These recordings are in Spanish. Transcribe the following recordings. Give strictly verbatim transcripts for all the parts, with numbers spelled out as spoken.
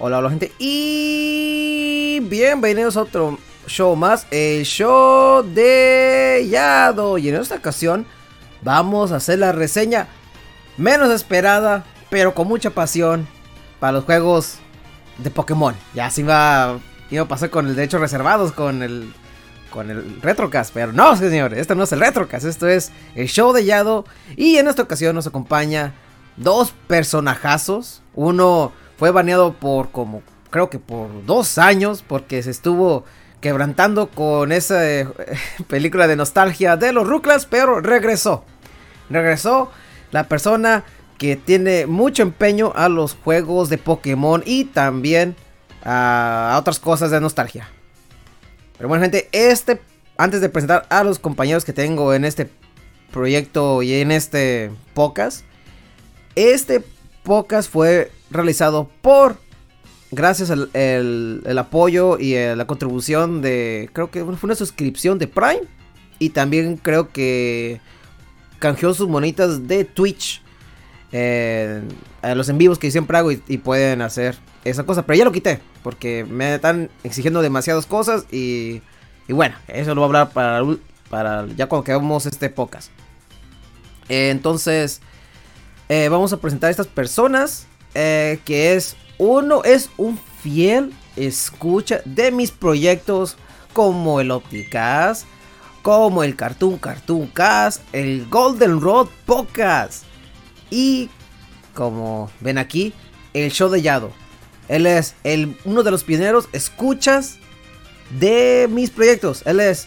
Hola, hola gente y bienvenidos a otro show más, el show de Yado. Y en esta ocasión vamos a hacer la reseña menos esperada, pero con mucha pasión para los juegos de Pokémon. Ya así va, iba a pasar con el derechos reservados, con el, con el Retrocast, pero no, señores, esto no es el Retrocast, esto es el show de Yado. Y en esta ocasión nos acompaña dos personajazos. Uno fue baneado por como, creo que por dos años, porque se estuvo quebrantando con esa eh, película de nostalgia de los Ruclas, pero regresó. Regresó la persona que tiene mucho empeño a los juegos de Pokémon y también a, a otras cosas de nostalgia. Pero bueno, gente, este, antes de presentar a los compañeros que tengo en este proyecto y en este podcast, este podcast fue realizado por, gracias al el, el apoyo y a la contribución de, creo que fue una suscripción de Prime, y también creo que canjeó sus monitas de Twitch, eh, a los en vivos que siempre hago, y, y pueden hacer esa cosa, pero ya lo quité porque me están exigiendo demasiadas cosas y, y bueno, eso lo voy a hablar para, para ya cuando acabemos este podcast. Eh, entonces eh, vamos a presentar a estas personas. Eh, que es uno es un fiel escucha de mis proyectos, como el Opticast, como el Cartoon Cartoon Cast, el Golden Road Podcast y, como ven aquí, el show de Yado. Él es el, uno de los pioneros escuchas de mis proyectos. Él es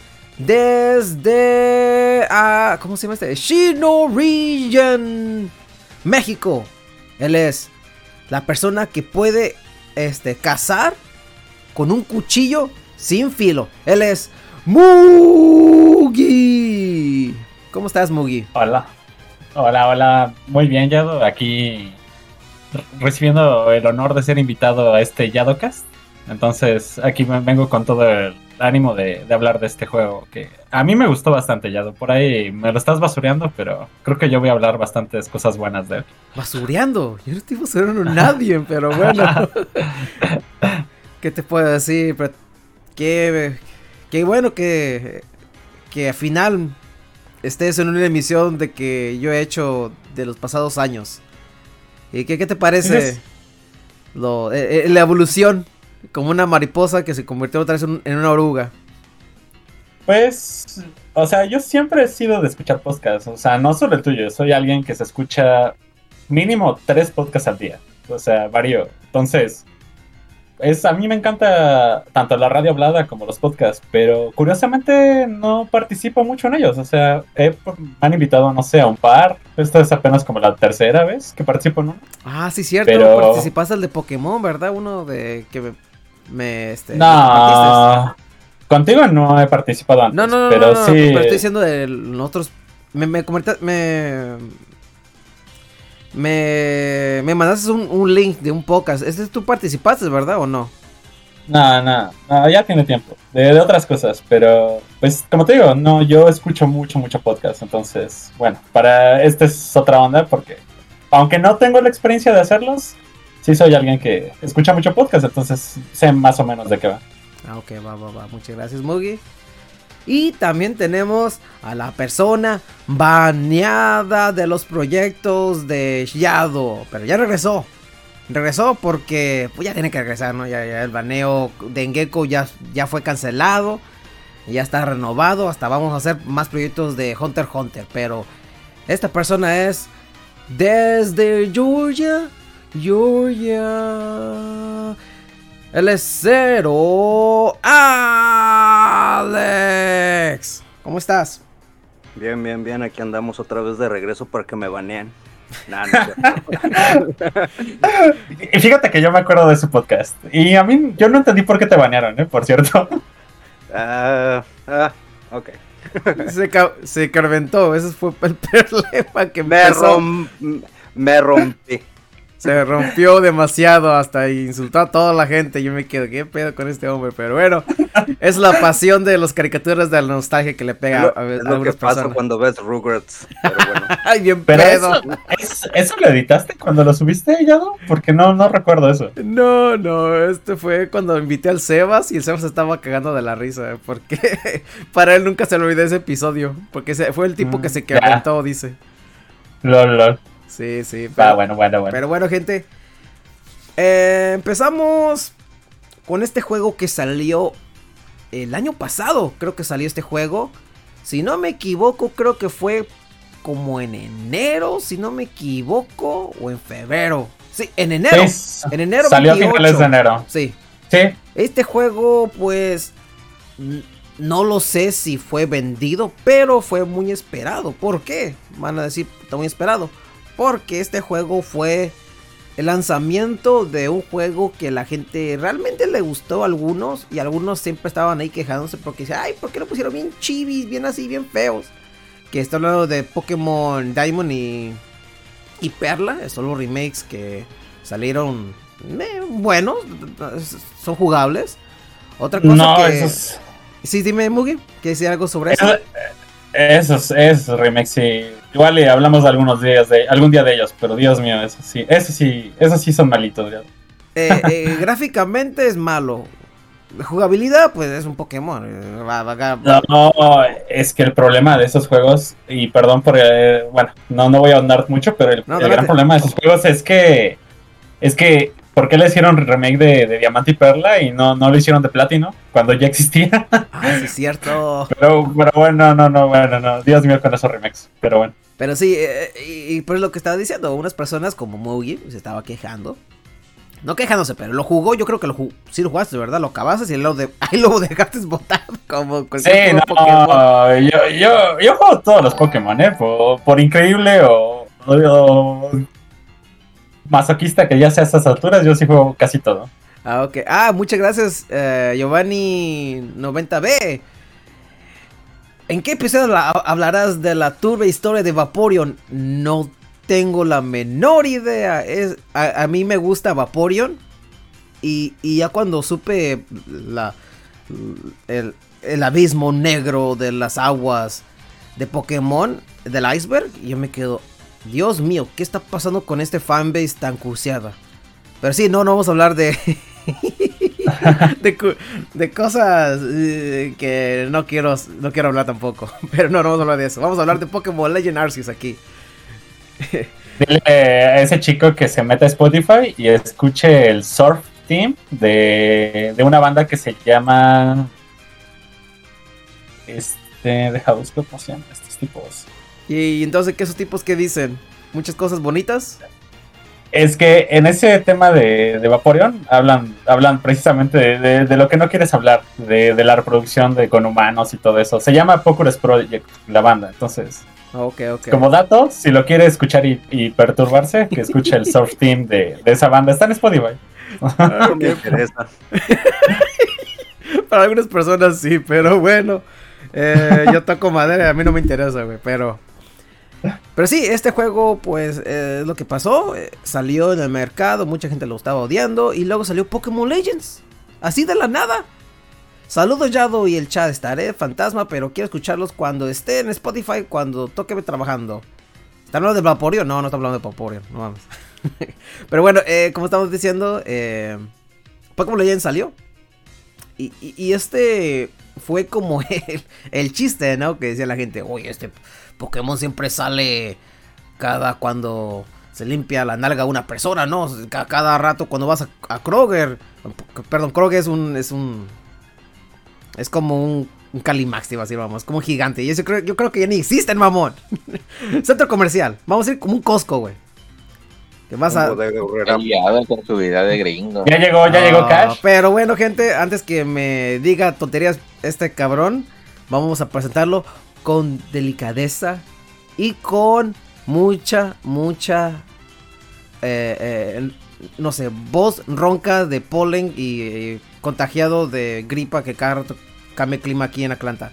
desde uh, ¿cómo se llama este? Shino Region, México. Él es la persona que puede este, cazar con un cuchillo sin filo. Él es Mugi. ¿Cómo estás, Mugi? Hola. Hola, hola. Muy bien, Yado. Aquí recibiendo el honor de ser invitado a este Yadocast. Entonces, aquí me vengo con todo el ánimo de, de hablar de este juego que a mí me gustó bastante, Yado. Por ahí me lo estás basureando, pero creo que yo voy a hablar bastantes cosas buenas de él. ¿Basureando? Yo no estoy basureando a nadie, pero bueno. ¿Qué te puedo decir? Pero qué, qué bueno que, que al final estés en una emisión de que yo he hecho de los pasados años. ¿Y qué, qué te parece lo, eh, la evolución? Como una mariposa que se convirtió otra vez en, en una oruga. Pues, o sea, yo siempre he sido de escuchar podcasts. O sea, no solo el tuyo. Soy alguien que se escucha mínimo tres podcasts al día. O sea, varío. Entonces, es, a mí me encanta tanto la radio hablada como los podcasts. Pero curiosamente no participo mucho en ellos. O sea, he, me han invitado, no sé, a un par. Esta es apenas como la tercera vez que participo en uno. Ah, sí, cierto. Pero participaste al de Pokémon, ¿verdad? Uno de que me... me este, no, contigo no he participado antes. No, no, no, pero no, no, sí. Pero estoy diciendo de nosotros. Me, me comentaste, me, me, me mandaste un, un link de un podcast. ¿Este tú participaste, verdad o no? No, no, no, ya tiene tiempo. De, de otras cosas, pero pues como te digo, no, yo escucho mucho, mucho podcast. Entonces, bueno, para esta es otra onda porque aunque no tengo la experiencia de hacerlos, sí soy alguien que escucha mucho podcast, entonces sé más o menos de qué va. Ah, ok, va, va, va. Muchas gracias, Mugi. Y también tenemos a la persona baneada de los proyectos de Yado. Pero ya regresó. Regresó porque pues ya tiene que regresar, ¿no? Ya, ya el baneo de Ngeko ya, ya fue cancelado. Ya está renovado. Hasta vamos a hacer más proyectos de Hunter x Hunter. Pero esta persona es desde Georgia. Georgia. Él es Cero Alex. ¿Cómo estás? Bien, bien, bien. Aquí andamos otra vez de regreso para que me baneen. Nah, no y fíjate que yo me acuerdo de su podcast. Y a mí, yo no entendí por qué te banearon, ¿eh? Por cierto. Ah, uh, uh, ok. se, ca se carventó. Ese fue el problema que me, rom me rompí. Se rompió demasiado, hasta insultó a toda la gente. Yo me quedo, ¿qué pedo con este hombre? Pero bueno, es la pasión de los caricaturas de la nostalgia que le pega lo, a, a, es a lo que pasa personas. cuando ves Rugrats. Pero bueno. Ay, bien Pero pedo. eso, es, ¿eso lo editaste cuando lo subiste, Yado? Porque no, no recuerdo eso. No, no, este fue cuando invité al Sebas y el Sebas estaba cagando de la risa. Porque para él nunca se le olvidó ese episodio. Porque se, fue el tipo que se Ya. quebrantó, dice. Lol, lol. Sí, sí. Ah, bueno, bueno, bueno. Pero bueno, gente. Eh, empezamos con este juego que salió el año pasado. Creo que salió este juego. Si no me equivoco, creo que fue como en enero. Si no me equivoco. O en febrero. Sí, en enero. Sí, en enero salió veintiocho. a finales de enero. Sí. Sí. Este juego, pues. n- No lo sé si fue vendido, pero fue muy esperado. ¿Por qué? Van a decir, está muy esperado. Porque este juego fue el lanzamiento de un juego que la gente realmente le gustó a algunos. Y algunos siempre estaban ahí quejándose porque decían, ay, ¿por qué lo pusieron bien chivis, bien así, bien feos? Que está hablando de Pokémon Diamond y, y Perla. Son los remakes que salieron eh, buenos, son jugables. Otra cosa No, que... esos. Sí, dime, Mugi, ¿quieres decir algo sobre eso? Eso- Esos, esos remakes, sí. Igual y hablamos de algunos días de algún día de ellos, pero Dios mío, eso sí, eso sí, esos sí son malitos, ya. Eh, eh, gráficamente es malo. Jugabilidad, pues es un Pokémon. eh, va- va- va- No, no, es que el problema de esos juegos, y perdón por, eh, bueno, no, no voy a ahondar mucho, pero el, No, el adelante. gran problema de esos juegos es que, es que, ¿por qué le hicieron remake de, de Diamante y Perla y no, no lo hicieron de Platino cuando ya existía? Ah, sí, es cierto. Pero, pero bueno, no, no, bueno, no, Dios mío con esos remakes, pero bueno. Pero sí, eh, y, y pues lo que estaba diciendo, unas personas como Mugi se estaba quejando. No quejándose, pero lo jugó, yo creo que lo jugó. Sí lo jugaste, ¿verdad? Lo acabaste y lo de, ahí lo dejaste botado como cualquier Sí, juego no, Pokémon. yo, yo, yo juego todos los Pokémon, ¿eh? Por, por increíble o, o- o masoquista que ya sea a estas alturas, yo sí juego casi todo. Ah, ok. Ah, muchas gracias, eh, Giovanni noventa B. ¿En qué episodio la- hablarás de la turbia historia de Vaporeon? No tengo la menor idea. Es, a, a mí me gusta Vaporeon. Y, y ya cuando supe la, el, el abismo negro de las aguas de Pokémon, del iceberg, yo me quedo, Dios mío, ¿qué está pasando con este fanbase tan cursiada? Pero sí, no, no vamos a hablar de... de, cu- de cosas eh, que no quiero no quiero hablar tampoco. Pero no, no vamos a hablar de eso. Vamos a hablar de Pokémon Legend Arceus aquí. Dile a ese chico que se meta a Spotify y escuche el Surf Team de, de una banda que se llama... Este, deja buscar cómo se llaman estos tipos. Y entonces, ¿qué esos tipos que dicen? Muchas cosas bonitas. Es que en ese tema de, de Vaporeon hablan, hablan precisamente de, de- de lo que no quieres hablar, de, de la reproducción de con humanos y todo eso. Se llama Pokerus Project, la banda. Entonces, Ok, ok. como dato, si lo quiere escuchar y, y perturbarse, que escuche el Surf Team de, de esa banda. Está en Spotify. Ah, No me ok. interesa. Para algunas personas sí, pero bueno. Eh, yo toco madera, a mí no me interesa, güey, pero... Pero sí, este juego, pues, eh, es lo que pasó. eh, salió en el mercado, mucha gente lo estaba odiando. Y luego salió Pokémon Legends. Así de la nada. Saludos, Yado y el chat. Estaré fantasma, pero quiero escucharlos cuando esté en Spotify, cuando toque trabajando. ¿Están hablando de Vaporeon? No, no estamos hablando de Vaporeon, no mames. Pero bueno, eh, como estamos diciendo, eh, Pokémon Legends salió. Y, y, y este fue como el, el chiste, ¿no? Que decía la gente, oye, este Pokémon siempre sale cada cuando se limpia la nalga a una persona, ¿no? Ca- Cada rato cuando vas a, a Kroger. Perdón, Kroger es un... Es un es como un, un Calimax, te iba a decir, vamos. Como un gigante. Y eso creo, yo creo que ya ni existen, mamón. Centro comercial. Vamos a ir como un Costco, güey. Que vas a... Un bodega horrera. Liado con su vida de gringo. Ya llegó, ya llegó Ah, Cash. Pero bueno, gente, antes que me diga tonterías este cabrón, vamos a presentarlo con delicadeza y con mucha, mucha, eh, eh, no sé, voz ronca de polen y eh, contagiado de gripa que cada rato cambia el clima aquí en Atlanta.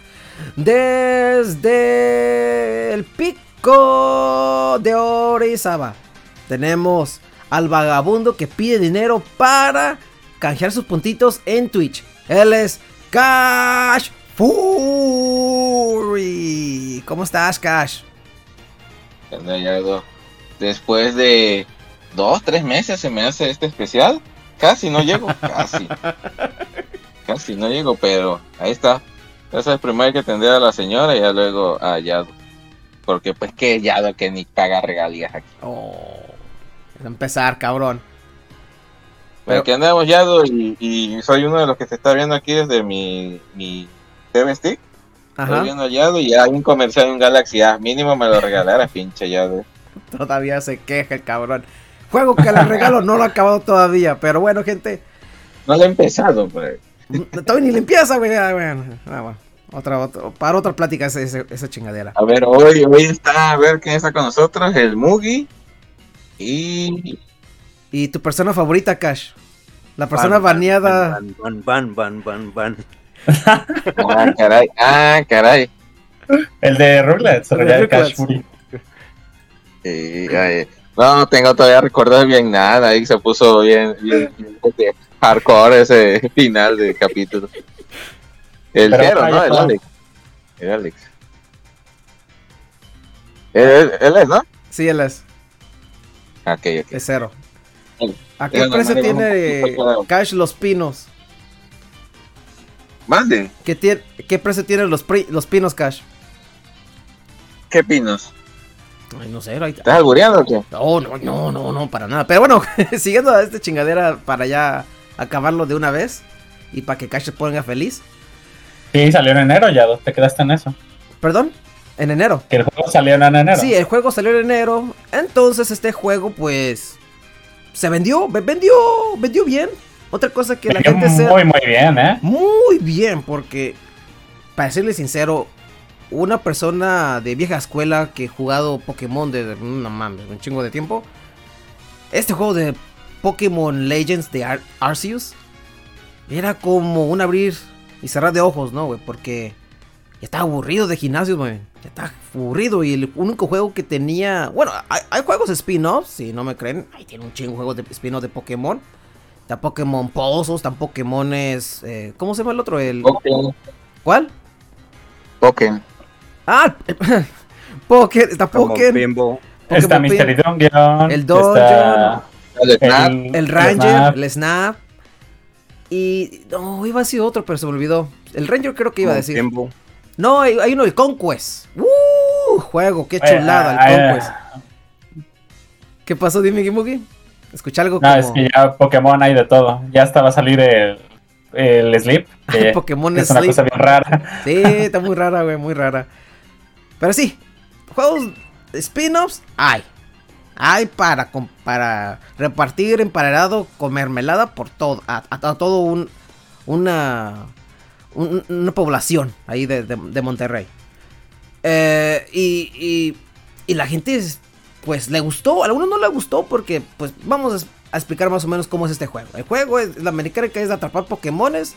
Desde el pico de Orizaba tenemos al vagabundo que pide dinero para canjear sus puntitos en Twitch. Él es Cash Fury. ¿Cómo estás, Cash? Después de dos, tres meses se me hace este especial. Casi no llego, casi. Casi no llego, pero ahí está. Esa es primero hay que atender a la señora y ya luego a Yado. Porque pues que Yado que ni paga regalías aquí. Oh, es empezar, cabrón. Pero aquí andamos Yado y, y soy uno de los que se está viendo aquí desde mi, mi T V Stick. Ajá. Estoy viendo Yado y hay un comercial en Galaxy A. Mínimo me lo regalara, pinche Yado. Todavía se queja el cabrón. Juego que le regalo no lo ha acabado todavía. Pero bueno, gente. No lo he empezado, pues. Todavía ni limpieza, güey. Ah, bueno, ah, bueno. Otra, otra, para otra plática esa, esa, esa chingadera. A ver, hoy, hoy está, a ver quién está con nosotros, el Mugi y... ¿Y tu persona favorita, Cash? La persona Ban, ban, baneada. Ban, ban, ban, ban, ban, ban. Ah, caray, ah, caray. El de Rugrats, El de el Rugrats. Cash Fury. Sí, ay, no, no tengo todavía recordar bien nada, ahí se puso bien, bien, bien este, hardcore ese final del capítulo. El Pero cero, ahí ¿no? El está. Alex. El Alex. Él, él- él es, ¿no? Sí, él es. Ok, ok. Es cero. Vale. ¿A qué Era precio normal, tiene era un poquito- Cash los pinos? Mande, ¿Qué, tiene, ¿Qué precio tienen los, pri- los pinos, Cash? ¿qué pinos? Ay, no sé, ahí... ¿Estás albureando o qué? No, no, no, no, no, para nada. Pero bueno, siguiendo a esta chingadera para ya acabarlo de una vez y para que Cash se ponga feliz. Sí, salió en enero ya, te quedaste en eso. Perdón, en enero. Que el juego salió en enero. Sí, el juego salió en enero. Entonces este juego pues se vendió, ve- vendió, vendió bien. Otra cosa que la Vendió gente se... muy, muy bien, ¿eh? Muy bien, porque para serle sincero, una persona de vieja escuela que he jugado Pokémon de no mames, un chingo de tiempo. Este juego de Pokémon Legends de Ar- Arceus era como un abrir y cerrar de ojos, ¿no, güey? Porque ya estaba aburrido de gimnasios, güey. Ya estaba aburrido y el único juego que tenía... Bueno, hay, hay juegos spin-offs, si no me creen. Ahí tiene un chingo de juegos de spin-off de Pokémon. Está Pokémon Pozos, están Pokémones... Eh, ¿Cómo se llama el otro? El... Pokémon. ¿Cuál? Pokémon. Ah, Poké, está Como Poké, Bimbo. Está Pokémon Mystery Pin, Dungeon. el Dungeon, está El Snap. el, el Ranger, Snap. el Snap. Y no, iba a decir otro, pero se me olvidó. El Ranger creo que iba a Como decir. Bimbo. No, hay, hay uno, el Conquest. ¡Uh! Juego, qué chulada, Eh, el eh, Conquest. ¿Qué pasó, dime, Gimugi? Escuché algo No, como es que ya Pokémon hay de todo. Ya hasta va a salir el, el Sleep. Que Pokémon es una Sleep. cosa bien rara. Sí, está muy rara, güey, muy rara. Pero sí, juegos spin-offs hay. Hay para, com- para repartir emparedado con mermelada por todo, a, a- a todo un, una, un- una población ahí de, de- de Monterrey. Eh, y, y, y la gente, es- pues, le gustó, a algunos no le gustó porque, pues, vamos a, es- a explicar más o menos cómo es este juego. El juego es, la mecánica es de atrapar Pokémones.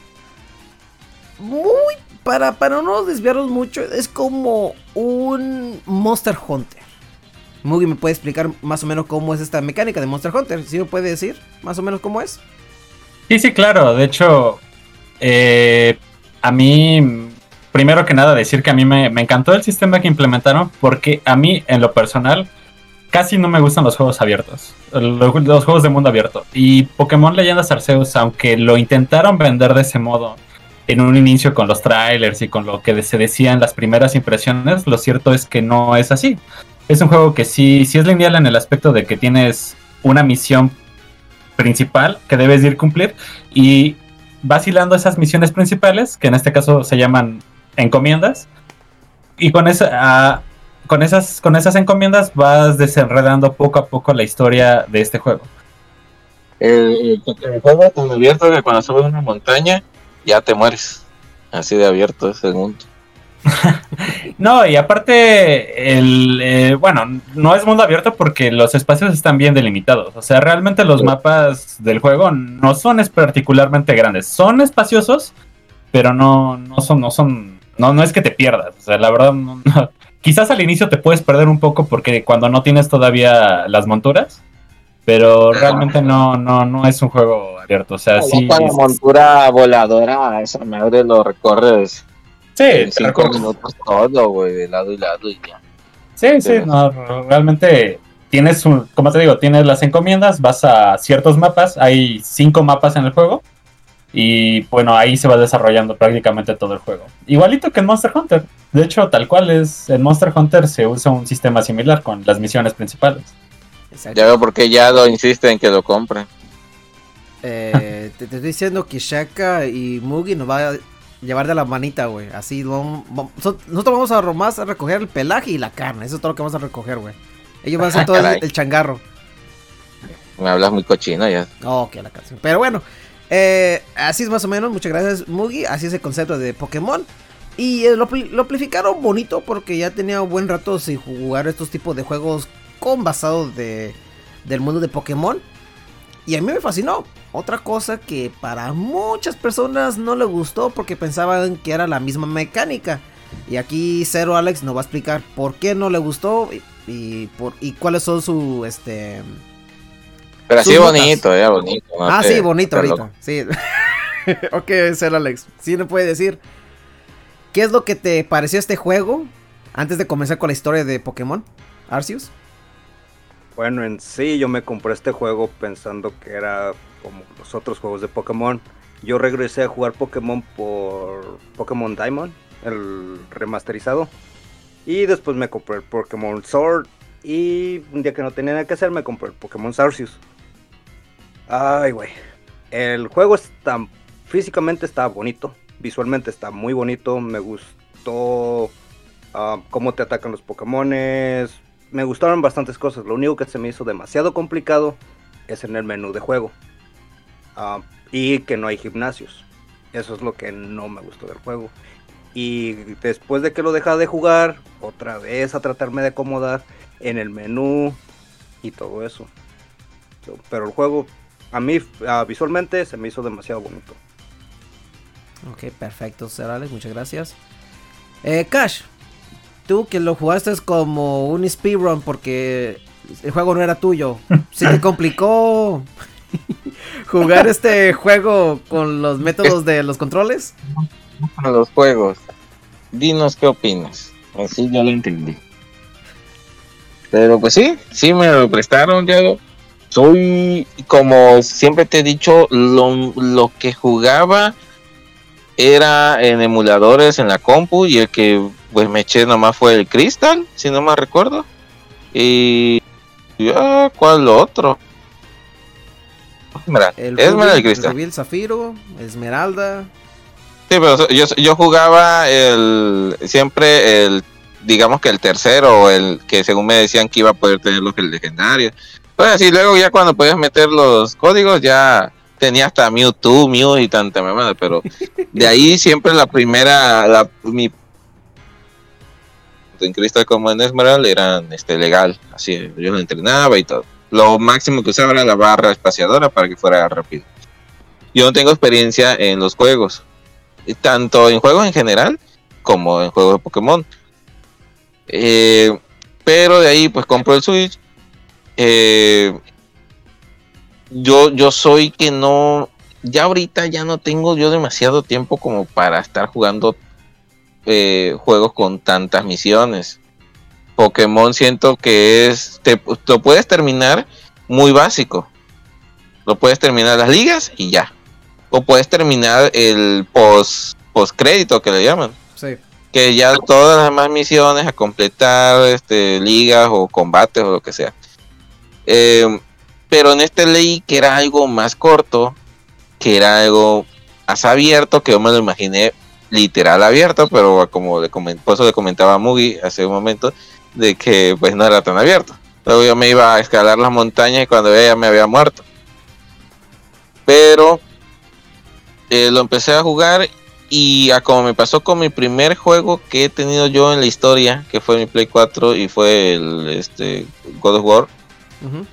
Muy, para, para no desviarnos mucho, es como un Monster Hunter. Mugi me puede explicar más o menos cómo es esta mecánica de Monster Hunter. ¿Sí me puede decir más o menos cómo es? Sí, sí, claro. De hecho, eh, a mí, primero que nada, decir que a mí me, me encantó el sistema que implementaron porque a mí, en lo personal, casi no me gustan los juegos abiertos. Los, los juegos de mundo abierto. Y Pokémon Leyendas Arceus, aunque lo intentaron vender de ese modo en un inicio con los trailers y con lo que se decía en las primeras impresiones, lo cierto es que no es así. Es un juego que sí, sí es lineal en el aspecto de que tienes una misión principal que debes ir cumplir y vacilando esas misiones principales, que en este caso se llaman encomiendas, y con, esa, ah, con, esas, con esas encomiendas vas desenredando poco a poco la historia de este juego. El, el, el juego es tan abierto que cuando subes una montaña ya te mueres. Así de abierto es el mundo. No, y aparte, el eh, bueno, no es mundo abierto porque los espacios están bien delimitados. O sea, realmente los mapas del juego no son es particularmente grandes. Son espaciosos, pero no, no son, no son, no, no es que te pierdas. O sea, la verdad, no, no. Quizás al inicio te puedes perder un poco porque cuando no tienes todavía las monturas, pero realmente no, no, no es un juego abierto. O sea, sí. Con la montura voladora, esa madre lo recorres. Sí, en cinco recorres. minutos todo, güey, de lado y lado y ya. Sí, sí, no, realmente tienes un, como te digo, tienes las encomiendas, vas a ciertos mapas, hay cinco mapas en el juego. Y bueno, ahí se va desarrollando prácticamente todo el juego. Igualito que en Monster Hunter. De hecho, tal cual es, en Monster Hunter se usa un sistema similar con las misiones principales. Exacto. Ya veo por qué ya lo insiste en que lo compren. Eh, te, te estoy diciendo que Shaka y Mugi nos va a llevar de la manita, güey. Así, vamos, vamos, nosotros vamos a más a recoger el pelaje y la carne. Eso es todo lo que vamos a recoger, güey. Ellos van a hacer Ah, todo el, caray. el changarro. Me hablas muy cochino ya. Oh, que la canción. Pero bueno, eh, así es más o menos. Muchas gracias, Mugi. Así es el concepto de Pokémon. Y eh, lo, lo amplificaron bonito porque ya tenía un buen rato sin jugar estos tipos de juegos con basado de, del mundo de Pokémon. Y a mí me fascinó. Otra cosa que para muchas personas no le gustó porque pensaban que era la misma mecánica. Y aquí Zero Alex nos va a explicar por qué no le gustó y, y, por, y cuáles son su este... Pero así sus notas. bonito, ya bonito. No Ah, te- sí, bonito te lo- ahorita. Sí. Ok, Zero Alex. Sí, me puede decir. ¿Qué es lo que te pareció este juego antes de comenzar con la historia de Pokémon, Arceus? Bueno, en sí yo me compré este juego pensando que era como los otros juegos de Pokémon. Yo regresé a jugar Pokémon por Pokémon Diamond, el remasterizado. Y después me compré el Pokémon Sword. Y un día que no tenía nada que hacer me compré el Pokémon Arceus. Ay, güey. El juego está, físicamente está bonito. Visualmente está muy bonito. Me gustó uh, cómo te atacan los Pokémones. Me gustaron bastantes cosas. Lo único que se me hizo demasiado complicado es en el menú de juego. Uh, y que no hay gimnasios. Eso es lo que no me gustó del juego. Y después de que lo dejaba de jugar, otra vez a tratarme de acomodar en el menú y todo eso. So, pero el juego, a mí uh, visualmente se me hizo demasiado bonito. Ok, perfecto, Zero Alex, muchas gracias. Eh, Cash, tú que lo jugaste como un speedrun porque el juego no era tuyo. ¿Se te complicó jugar este juego con los métodos de los controles? A los juegos. Dinos qué opinas. Así ya lo entendí. Pero pues sí, sí me lo prestaron ya. Soy, como siempre te he dicho, lo, lo que jugaba era en emuladores en la compu y el que pues me eché nomás fue el Crystal, si no me recuerdo. Y ya, ¿cuál otro? Esmeralda, El Esmeralda Rubí, y Crystal. el Rubí, el Zafiro, Esmeralda. Sí, pero yo, yo jugaba el siempre el, digamos que el tercero, o el que según me decían que iba a poder tener los legendarios. Pues así luego ya cuando podías meter los códigos ya tenía hasta Mewtwo, Mew y tanta mamada, pero de ahí siempre la primera, la, mi en Crystal como en Esmeralda eran este legal, así yo lo entrenaba y todo. Lo máximo que usaba era la barra espaciadora para que fuera rápido. Yo no tengo experiencia en los juegos, tanto en juegos en general como en juegos de Pokémon. Eh, pero de ahí pues compro el Switch. Eh, yo, yo soy que no, ya ahorita ya no tengo yo demasiado tiempo como para estar jugando eh, juegos con tantas misiones. Pokémon siento que es, te, lo puedes terminar muy básico. Lo puedes terminar las ligas y ya. O puedes terminar el post, post crédito que le llaman. Sí. Que ya todas las demás misiones a completar, este, ligas o combates o lo que sea. Eh, pero en este leí que era algo más corto, que era algo más abierto, que yo me lo imaginé literal abierto, pero como le coment- por eso le comentaba a Mugi hace un momento, de que pues no era tan abierto. Luego yo me iba a escalar las montañas y cuando veía ya me había muerto. Pero eh, lo empecé a jugar y a como me pasó con mi primer juego que he tenido yo en la historia, que fue mi Play cuatro y fue el este God of War. Uh-huh.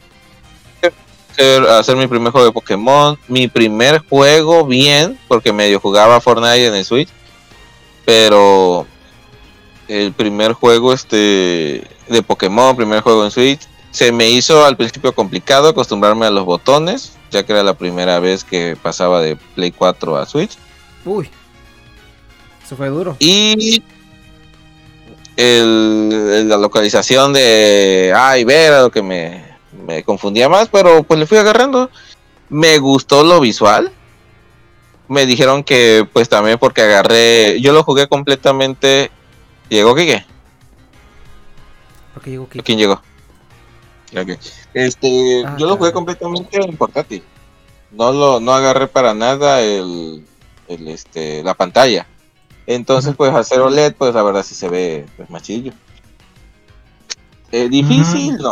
Hacer mi primer juego de Pokémon, mi primer juego bien, porque medio jugaba Fortnite en el Switch, pero el primer juego este de Pokémon, primer juego en Switch, Se me hizo al principio complicado acostumbrarme a los botones, ya que era la primera vez que pasaba de Play cuatro a Switch. Uy, eso fue duro. Y el, la localización de A y B era lo que me, me confundía más, pero pues le fui agarrando. Me gustó lo visual. Me dijeron que pues también porque agarré, yo lo jugué completamente. ¿Llegó Kike? ¿Por qué llegó Kike? ¿Quién llegó? Okay. Este, Ah, yo lo jugué claro. completamente en portátil. No lo, no agarré para nada el, el este, la pantalla. Entonces, pues hacer O L E D, pues la verdad sí se ve pues, más chillo. Eh, difícil, Ujú. no.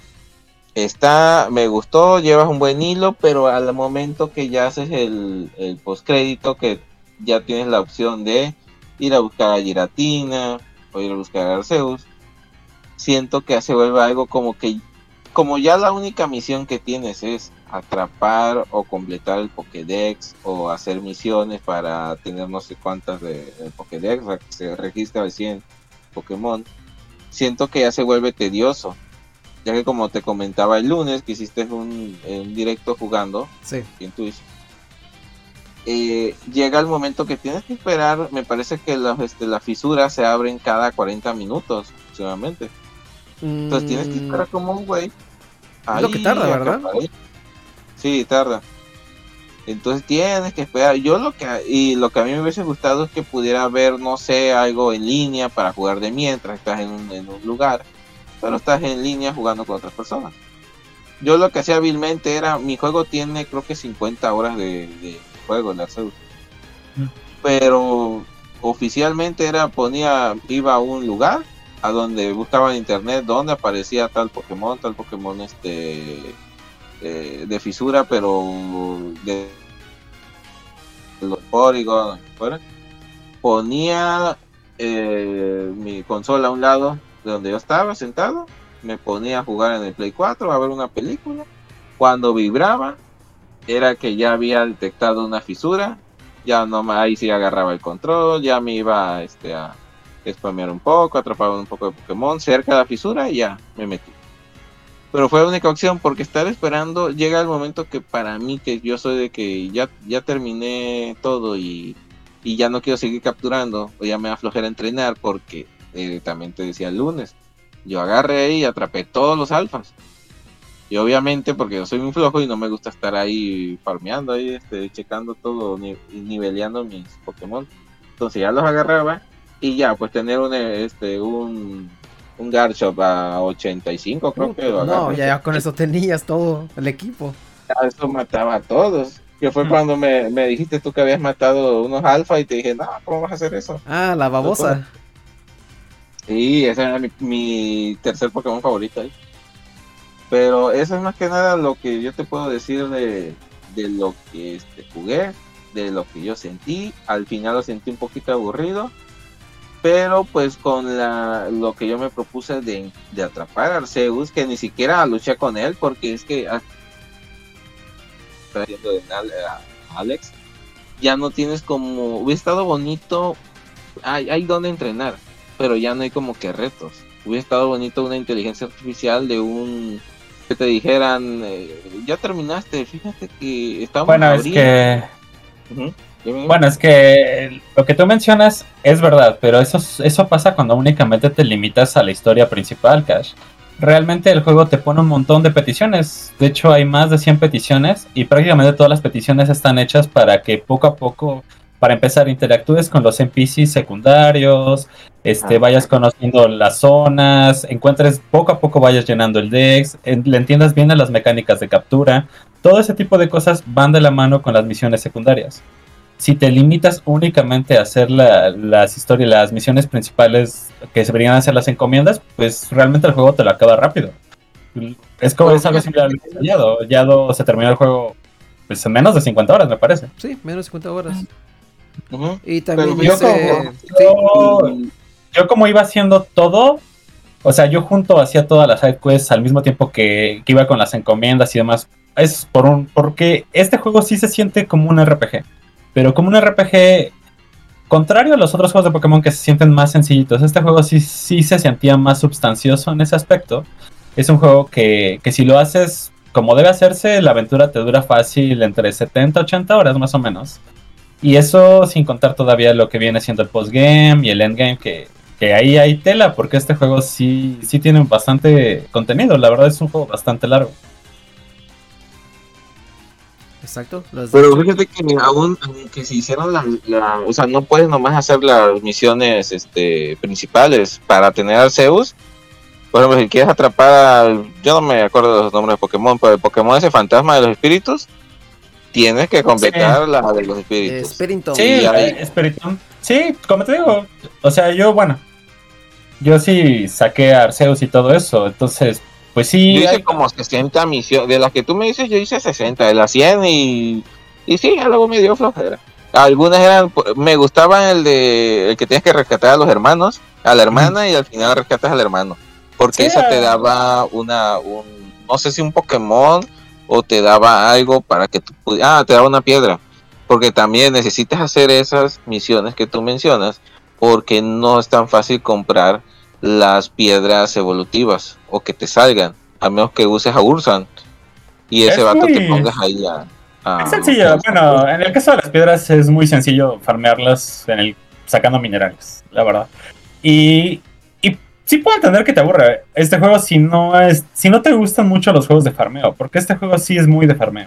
Está, me gustó, llevas un buen hilo, pero al momento que ya haces el, el postcrédito, que ya tienes la opción de ir a buscar a Giratina o ir a buscar a Arceus, siento que se vuelve algo como que, como ya la única misión que tienes es atrapar o completar el Pokédex o hacer misiones para tener no sé cuántas de, de Pokédex, para que se registre al cien Pokémon, siento que ya se vuelve tedioso. Ya que como te comentaba el lunes que hiciste un, un directo jugando Sí. en Twitch, eh, llega el momento que tienes que esperar. Me parece que las este, las fisuras se abren cada cuarenta minutos aproximadamente. Entonces tienes que esperar como un güey. Es lo que tarda, ¿verdad? Sí, tarda. Entonces tienes que esperar. Yo lo que y lo que a mí me hubiese gustado es que pudiera ver, no sé, algo en línea para jugar de mientras estás en un, en un lugar, pero estás en línea jugando con otras personas. Yo lo que hacía hábilmente era, mi juego tiene creo que cincuenta horas de, de juego en Arceus, mm. pero oficialmente era, ponía, iba a un lugar a donde buscaba en internet donde aparecía tal Pokémon, tal Pokémon este eh, de fisura, pero de, de los Porygon, fuera. Ponía eh, mi consola a un lado de donde yo estaba sentado, me ponía a jugar en el Play cuatro, a ver una película. Cuando vibraba era que ya había detectado una fisura, ya no me, ahí sí agarraba el control, ya me iba este, a spamear un poco, atrapaba un poco de Pokémon cerca de la fisura y ya me metí. Pero fue la única opción, porque estar esperando, llega el momento que para mí, que yo soy de que ya, ya terminé todo y, y ya no quiero seguir capturando, o ya me da flojera entrenar, porque eh, también te decía el lunes, yo agarré y atrapé todos los alfas. Y obviamente, porque yo soy muy flojo y no me gusta estar ahí farmeando, ahí este, checando todo, ni, niveleando mis Pokémon. Entonces ya los agarraba y ya, pues tener un, este, un, un Garchomp a ochenta y cinco, creo uh, que lo agarré. No, ya, ya con eso tenías todo el equipo. Ya, eso mataba a todos. Que fue mm. cuando me, me dijiste tú que habías matado unos alfa y te dije, no, ¿cómo vas a hacer eso? Ah, la babosa. Sí, ese era mi, mi tercer Pokémon favorito ahí. Pero eso es más que nada lo que yo te puedo decir de, de lo que este, jugué, de lo que yo sentí. Al final lo sentí un poquito aburrido, pero pues con la, lo que yo me propuse de, de atrapar a Arceus, que ni siquiera luché con él, porque es que trayendo de a Alex, ya no tienes como, hubiera estado bonito, hay, hay donde entrenar, pero ya no hay como que retos. Hubiera estado bonito una inteligencia artificial de un que te dijeran, eh, ya terminaste, fíjate que estamos bueno es que uh-huh. bueno es que lo que tú mencionas es verdad, pero eso eso pasa cuando únicamente te limitas a la historia principal, Cash. Realmente el juego te pone un montón de peticiones. De hecho hay más de cien peticiones y prácticamente todas las peticiones están hechas para que poco a poco, para empezar, interactúes con los N P Cs secundarios, este, ah, vayas conociendo las zonas, encuentres, poco a poco vayas llenando el Dex, en, le entiendas bien a las mecánicas de captura. Todo ese tipo de cosas van de la mano con las misiones secundarias. Si te limitas únicamente a hacer la, las historias, las misiones principales que se deberían hacer las encomiendas, pues realmente el juego te lo acaba rápido. Es como es algo similar al Yado. Yado se terminó el juego pues en menos de cincuenta horas, me parece. Sí, menos de cincuenta horas. Uh-huh. Y también yo, dice... como, yo, yo como iba haciendo todo, o sea, yo junto hacía todas las side quests al mismo tiempo que, que iba con las encomiendas y demás. Es por un porque este juego sí se siente como un R P G, pero como un R P G contrario a los otros juegos de Pokémon que se sienten más sencillitos. Este juego sí, sí se sentía más substancioso en ese aspecto, Es un juego que, que si lo haces como debe hacerse, la aventura te dura fácil entre setenta a ochenta horas más o menos. Y eso sin contar todavía lo que viene siendo el postgame y el endgame, que, que ahí hay tela, porque este juego sí, sí tiene bastante contenido. La verdad es un juego bastante largo. Exacto. Los Pero fíjate que aún que se hicieron la, la, o sea, no puedes nomás hacer las misiones este, principales para tener al Zeus. Por ejemplo, si quieres atrapar al, yo no me acuerdo de los nombres de Pokémon, pero el Pokémon ese fantasma de los espíritus, tienes que completar sí. la de los espíritus. Espiriton. Sí, ahí... Espiriton. Sí, como te digo, o sea, yo, bueno, yo sí saqué a Arceus y todo eso, entonces, pues sí. Yo hice hay... como sesenta misiones, de las que tú me dices, yo hice sesenta, de las cien y, y sí, algo me dio flojera. Algunas eran, me gustaban el de, el que tienes que rescatar a los hermanos, a la hermana mm. y al final rescatas al hermano. Porque sí, esa te daba una, un, no sé si un Pokémon o te daba algo para que tú pudieras, ah, te daba una piedra. Porque también necesitas hacer esas misiones que tú mencionas, porque no es tan fácil comprar las piedras evolutivas o que te salgan, a menos que uses a Ursan y ese es vato muy... te pongas ahí a... a es sencillo, a... bueno, en el caso de las piedras es muy sencillo farmearlas en el, sacando minerales, la verdad. Y... sí puedo entender que te aburre este juego si no es, si no te gustan mucho los juegos de farmeo, porque este juego sí es muy de farmeo.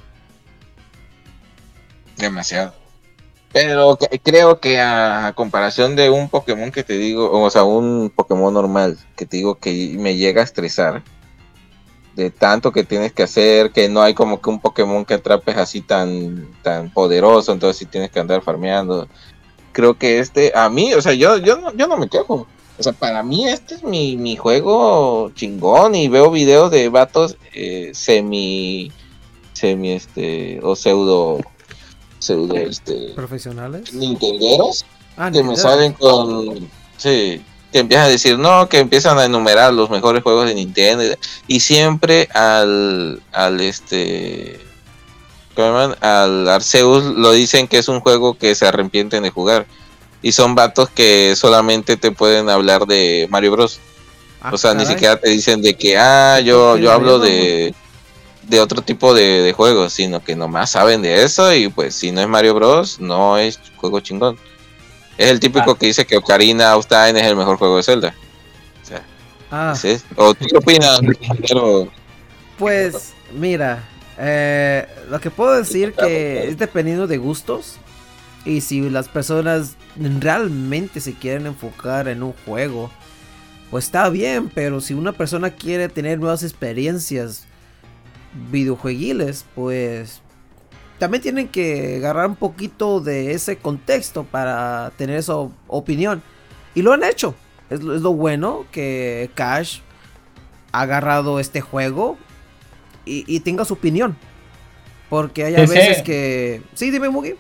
Demasiado. Pero creo que a comparación de un Pokémon que te digo, o sea, un Pokémon normal que te digo que me llega a estresar, de tanto que tienes que hacer, que no hay como que un Pokémon que atrapes así tan, tan poderoso, entonces sí tienes que andar farmeando. Creo que este, a mí, o sea, yo, yo, no, yo no me quejo. O sea, para mí este es mi, mi juego chingón y veo videos de vatos eh, semi, semi, este, o pseudo, pseudo, este... ¿profesionales? Nintenderos, ah, que me salen con, sí, que empiezan a decir, no, que empiezan a enumerar los mejores juegos de Nintendo y siempre al, al este, ¿cómo llaman? Al Arceus lo dicen que es un juego que se arrepienten de jugar. Y son vatos que solamente te pueden hablar de Mario Bros. Ah, o sea, caray. Ni siquiera te dicen de que, ah, yo, yo hablo de, de otro tipo de, de juegos, sino que nomás saben de eso y pues si no es Mario Bros, no es juego chingón. Es el típico ah. que dice que Ocarina of Time es el mejor juego de Zelda. O sea, ah. ¿sí? ¿O tú qué opinas? Pero... Pues, mira, eh, lo que puedo decir que es dependiendo de gustos. Y si las personas realmente se quieren enfocar en un juego, pues está bien, pero si una persona quiere tener nuevas experiencias videojueguiles, pues también tienen que agarrar un poquito de ese contexto para tener esa opinión. Y lo han hecho. Es, es lo bueno que Cash ha agarrado este juego y, y tenga su opinión. Porque hay a sí, veces sí. que... Sí, dime, Mugi.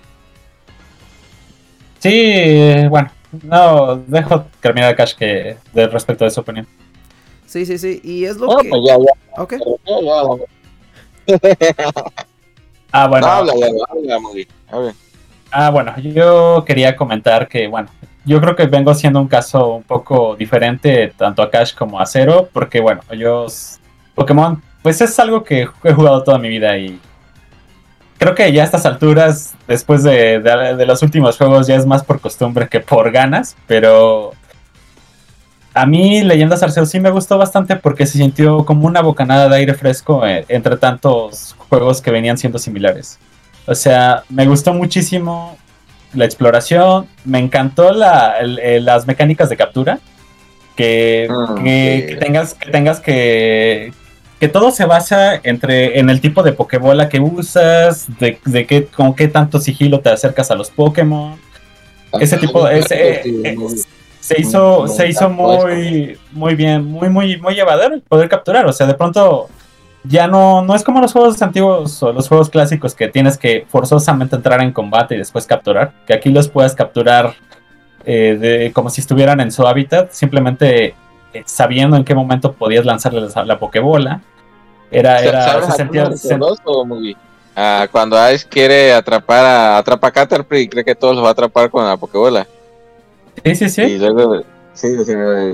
Sí, bueno, no, dejo terminar a Cash que de respecto de su opinión. Sí, sí, sí, y es lo no, que... Pues ya, ya. Ok. Ya, ya. ah, bueno. No, habla, ya, habla, muy bien. Ah, bueno, yo quería comentar que, bueno, yo creo que vengo siendo un caso un poco diferente tanto a Cash como a Zero, porque, bueno, yo... Pokémon, pues es algo que he jugado toda mi vida y... Creo que ya a estas alturas, después de, de, de los últimos juegos, ya es más por costumbre que por ganas, pero a mí Leyendas Arceus sí me gustó bastante porque se sintió como una bocanada de aire fresco eh, entre tantos juegos que venían siendo similares. O sea, me gustó muchísimo la exploración, me encantó la, el, las mecánicas de captura, que, mm, que, que tengas que... Tengas que que todo se basa entre en el tipo de Pokébola que usas, de, de qué, con qué tanto sigilo te acercas a los Pokémon. Ese tipo de, ese, eh, se hizo se hizo muy muy bien, muy muy muy llevadero el poder capturar, o sea, de pronto ya no no es como los juegos antiguos o los juegos clásicos que tienes que forzosamente entrar en combate y después capturar, que aquí los puedes capturar eh, de, como si estuvieran en su hábitat, simplemente eh, sabiendo en qué momento podías lanzarles a la Pokébola. Era, era, ¿Sabes se sentía, se... ah, cuando Ash quiere atrapar a atrapa a Caterpie y cree que todos los va a atrapar con la Pokébola. Sí, sí, sí. Y luego, sí, sí,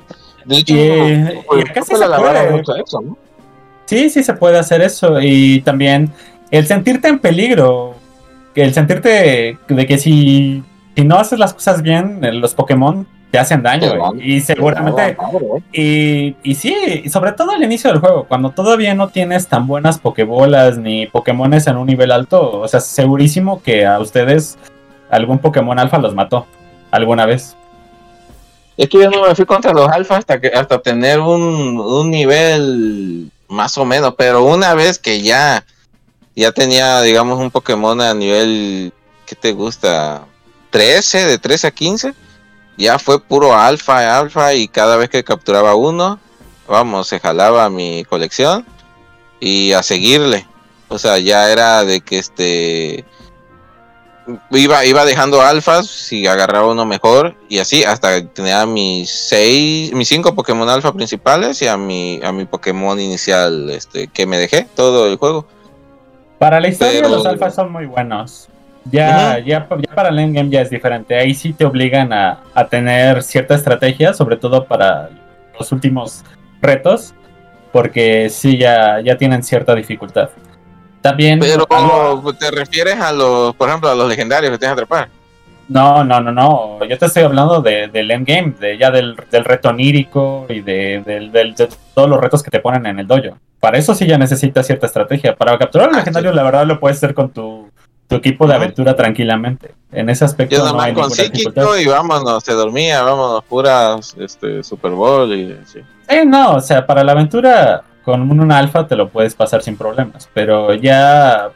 De hecho, Y, pues, y acá sí creo que se la lavaron puede. mucho eso, ¿no? Sí, sí se puede hacer eso. Y también el sentirte en peligro. Que el sentirte de que si, si no haces las cosas bien, eh, los Pokémon te hacen Te daño. dan, Y te dan la seguramente. madre, ¿eh? Y, y sí, y sobre todo al inicio del juego, cuando todavía no tienes tan buenas Pokébolas ni Pokémones en un nivel alto. O sea, segurísimo que a ustedes algún Pokémon alfa los mató alguna vez. Es que yo no me fui contra los alfa hasta que hasta tener un, un nivel más o menos, pero una vez que ya ya tenía, digamos, un Pokémon a nivel, ¿qué te gusta? trece, de trece a quince, ya fue puro alfa, alfa, y cada vez que capturaba uno, vamos, se jalaba a mi colección y a seguirle. O sea, ya era de que este iba, iba dejando alfas si agarraba uno mejor, y así hasta que tenía mis seis, mis cinco Pokémon alfa principales y a mi, a mi Pokémon inicial, este, que me dejé todo el juego. Para la historia, Pero los alfas son muy buenos. Ya, Ujú. ya, ya para el endgame ya es diferente. Ahí sí te obligan a, a tener cierta estrategia, sobre todo para los últimos retos, porque sí ya, ya tienen cierta dificultad. También Pero algo. te refieres a los, por ejemplo, a los legendarios que tienes que atrapar. No, no, no, no. Yo te estoy hablando de, del endgame, de ya del, del reto onírico y de, del- del- de todos los retos que te ponen en el dojo. Para eso sí ya necesitas cierta estrategia. Para capturar al Ah, sí. legendario, la verdad lo puedes hacer con tu, tu equipo de Ujú. aventura tranquilamente. En ese Yo aspecto nada no más hay con ninguna dificultad. psíquico y vámonos, se dormía, vámonos, puras este, Super Bowl y sí. Sí, no, o sea, para la aventura con un, un alfa te lo puedes pasar sin problemas. Pero ya.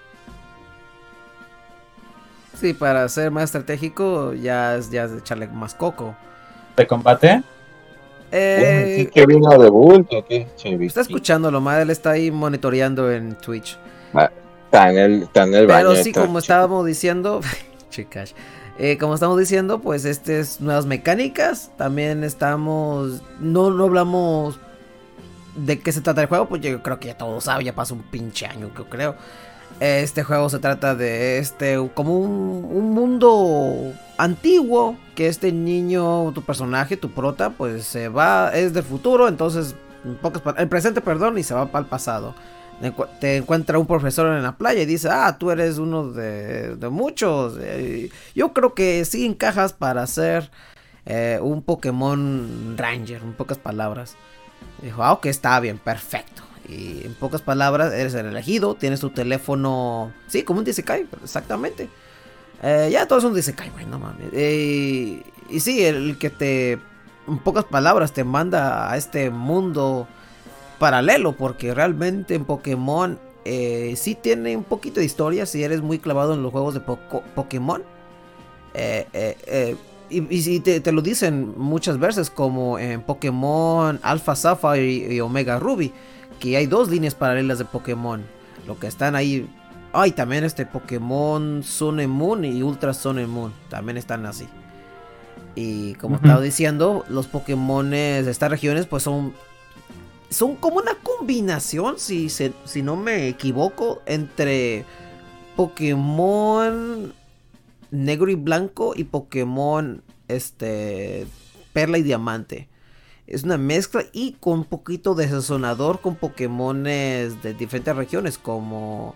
Sí, para ser más estratégico ya es, ya es echarle más coco. De combate. Eh, ¿Qué vino de bulto? ¿Qué está escuchándolo, madre, él está ahí monitoreando en Twitch. Está en el, está en el baño. Pero sí, está, como chico. estábamos diciendo, chicas, eh, como estamos diciendo, pues este es nuevas mecánicas. También estamos, no, no hablamos de qué se trata el juego, pues yo creo que ya todos saben, ya pasó un pinche año, yo creo. Este juego se trata de este, como un, un mundo antiguo, que este niño, tu personaje, tu prota, pues se va, es del futuro, entonces, en pocas, el presente, perdón, y se va para el pasado. Te encuentra un profesor en la playa y dice, ah, tú eres uno de, de muchos. Eh, yo creo que sí encajas para ser eh, un Pokémon Ranger, en pocas palabras. Dijo, ah, ok, está bien, perfecto. Y en pocas palabras, eres el elegido, tienes tu teléfono, sí, como un Isekai, exactamente. Eh, ya todo es un Isekai, güey, no mames. Eh, y sí, el que te, en pocas palabras, te manda a este mundo paralelo, porque realmente en Pokémon eh, sí tiene un poquito de historia si eres muy clavado en los juegos de Poco Pokémon. Eh, eh, eh, y, y si te, te lo dicen muchas veces, como en Pokémon Alpha Sapphire y, y Omega Ruby, que hay dos líneas paralelas de Pokémon. Lo que están ahí. Ay, ah, también este Pokémon Sun and Moon y Ultra Sun and Moon también están así. Y como uh-huh. estaba diciendo, los Pokémones de estas regiones pues son son como una combinación, si, se, si no me equivoco, entre Pokémon Negro y Blanco y Pokémon este Perla y Diamante. Es una mezcla y con un poquito de sazonador con Pokémones de diferentes regiones como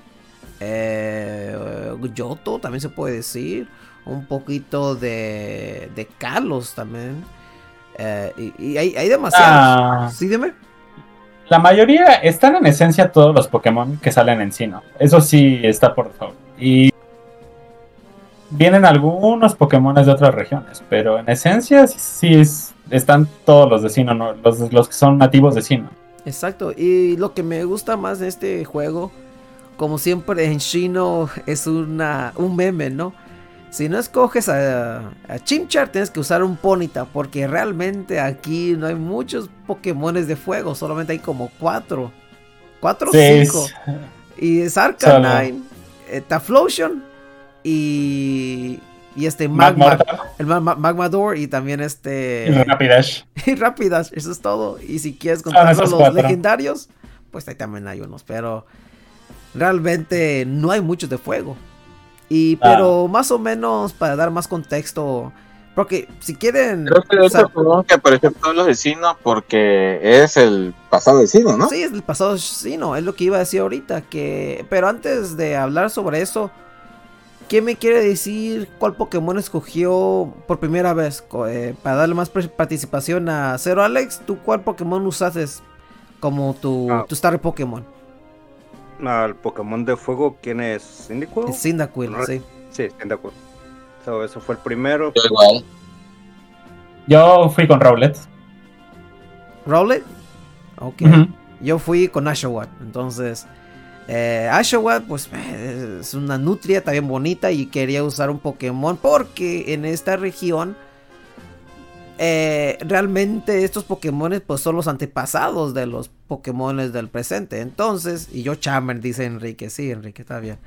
eh, Yoto, también se puede decir. Un poquito de, de Kalos también. Eh, y, y hay, hay demasiados. Ah, sí, dime. La mayoría están en esencia todos los Pokémon que salen en Sinnoh. Eso sí está por default. Y vienen algunos Pokémon de otras regiones, pero en esencia sí es, están todos los de Sinnoh, ¿no? los, los que son nativos de Sinnoh. Exacto. Y lo que me gusta más de este juego, como siempre en Sinnoh, es una un meme, ¿no? Si no escoges a, a Chimchar, tienes que usar un Ponyta, porque realmente aquí no hay muchos Pokémones de fuego, solamente hay como cuatro. Cuatro o sí, cinco. Y es Arcanine, eh, Taflotion y, y este Magma, el Ma Ma Magmador y también este... Y Rapidash. Y Rapidash, eso es todo. Y si quieres contar los cuatro legendarios, pues ahí también hay unos, pero realmente no hay muchos de fuego. Y, pero ah. más o menos para dar más contexto, Porque si quieren... Creo que de o sea, hecho fue que apareció todos los vecinos porque es el pasado vecino, ¿no? sí, es el pasado Sinnoh, es lo que iba a decir ahorita. Que... Pero antes de hablar sobre eso, ¿quién me quiere decir cuál Pokémon escogió por primera vez? Eh, para darle más participación a Zero Alex, ¿tú cuál Pokémon usaste como tu, Ah. tu Star Pokémon? Al Pokémon de fuego, ¿quién es? ¿Cyndaquil? Es Cyndaquil, No, sí. Sí, Cyndaquil. So, eso fue el primero. Yo igual. Yo fui con Rowlet. ¿Rowlet? Ok. Ujú. Yo fui con Oshawott, entonces... Eh, Oshawott, pues eh, es una nutria también bonita y quería usar un Pokémon porque en esta región eh, realmente estos Pokémones pues son los antepasados de los Pokémones del presente. Entonces, y yo Charmer, dice Enrique, sí, Enrique, está bien.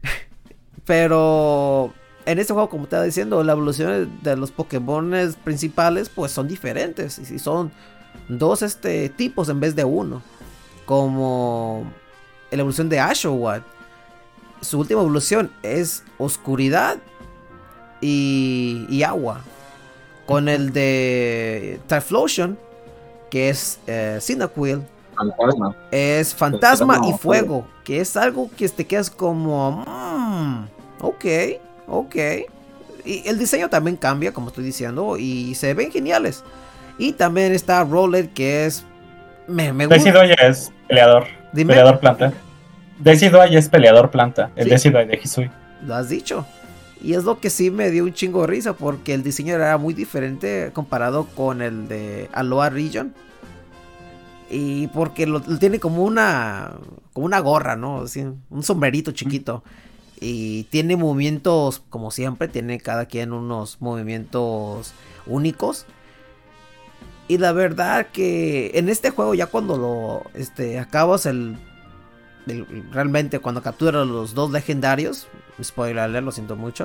Pero en este juego, como te estaba diciendo, la evolución de los Pokémones principales pues son diferentes y si son dos este tipos en vez de uno, como la evolución de Oshawott. Su última evolución es oscuridad y, y agua. Con el de Typhlosion, que es eh, Cyndaquil, Fantasma. es fantasma Fantasma, y fuego, que es algo que te quedas como... Mm, ok, ok. Y el diseño también cambia, como estoy diciendo, y se ven geniales. Y también está Rowlet, que es... Me, me gusta. Decidueye es peleador. Dime. Peleador planta. Decidueye es peleador planta. El Sí. Decidueye de Hisui. Lo has dicho. Y es lo que sí me dio un chingo de risa, porque el diseño era muy diferente comparado con el de Aloha Region. Y porque lo, lo tiene como una como una gorra, ¿no? Así, un sombrerito chiquito. Y tiene movimientos, como siempre, tiene cada quien unos movimientos únicos. Y la verdad que en este juego ya cuando lo este, acabas el, el... Realmente cuando capturas los dos legendarios, spoiler alert, lo siento mucho.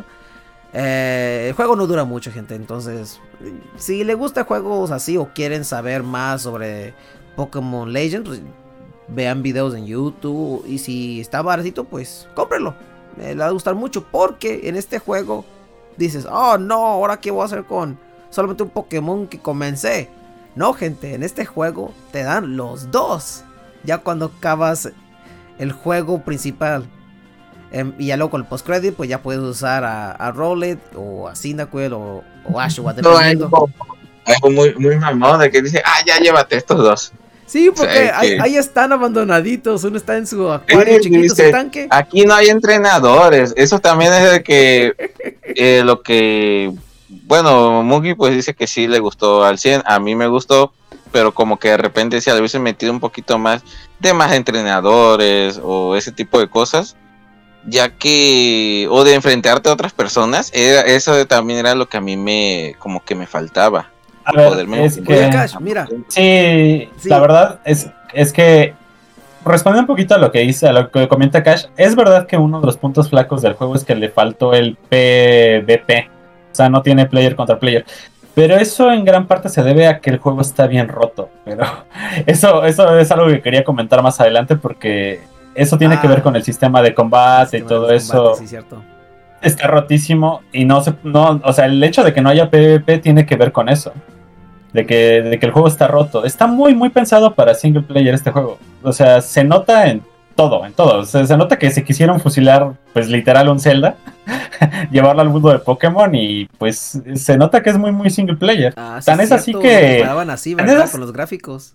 Eh, el juego no dura mucho, gente. Entonces, si les gustan juegos así o quieren saber más sobre Pokémon Legends, pues, vean videos en YouTube. Y si está baratito, pues cómprenlo. Me le va a gustar mucho porque en este juego dices, oh no, ahora qué voy a hacer con solamente un Pokémon que comencé. No, gente, en este juego te dan los dos. Ya cuando acabas el juego principal. Eh, y ya luego con el post-credit, pues ya puedes usar a, a Rowlet o a Cyndaquil o, o Oshawott, No, hay dependiendo. algo, algo muy, muy mamón de que dice, ah, ya llévate estos dos. Sí, porque O sea, ahí, que- ahí están abandonaditos. Uno está en su acuario Eh, chiquito, dice, su tanque. Aquí no hay entrenadores. Eso también es de que eh, lo que, bueno, Mugi pues dice que sí le gustó al cien. A mí me gustó, pero como que de repente si le hubiesen metido un poquito más de más entrenadores o ese tipo de cosas, ya que, o de enfrentarte a otras personas, era, eso también era lo que a mí me, como que me faltaba. A de ver, poderme es motivar. Oye, que... Cash, mira. Sí, Sí. la verdad es, es que responde un poquito a lo que dice, a lo que comenta Cash. Es verdad que uno de los puntos flacos del juego es que le faltó el P V P. O sea, no tiene player contra player. Pero eso en gran parte se debe a que el juego está bien roto. Pero eso, eso es algo que quería comentar más adelante porque eso tiene Ah. que ver con el sistema de combate y Sistema todo de eso. combate, sí, cierto. Está rotísimo y no se, no, o sea, el hecho de que no haya P V P tiene que ver con eso. De que, de que el juego está roto. Está muy, muy pensado para single player este juego. O sea, se nota en todo, en todo. O sea, se nota que se quisieron fusilar, pues literal, un Zelda, llevarlo al mundo de Pokémon y pues se nota que es muy, muy single player. Ah, sí, Tan es así cierto, que- lo comparaban así, tan ¿verdad? es- Con los gráficos.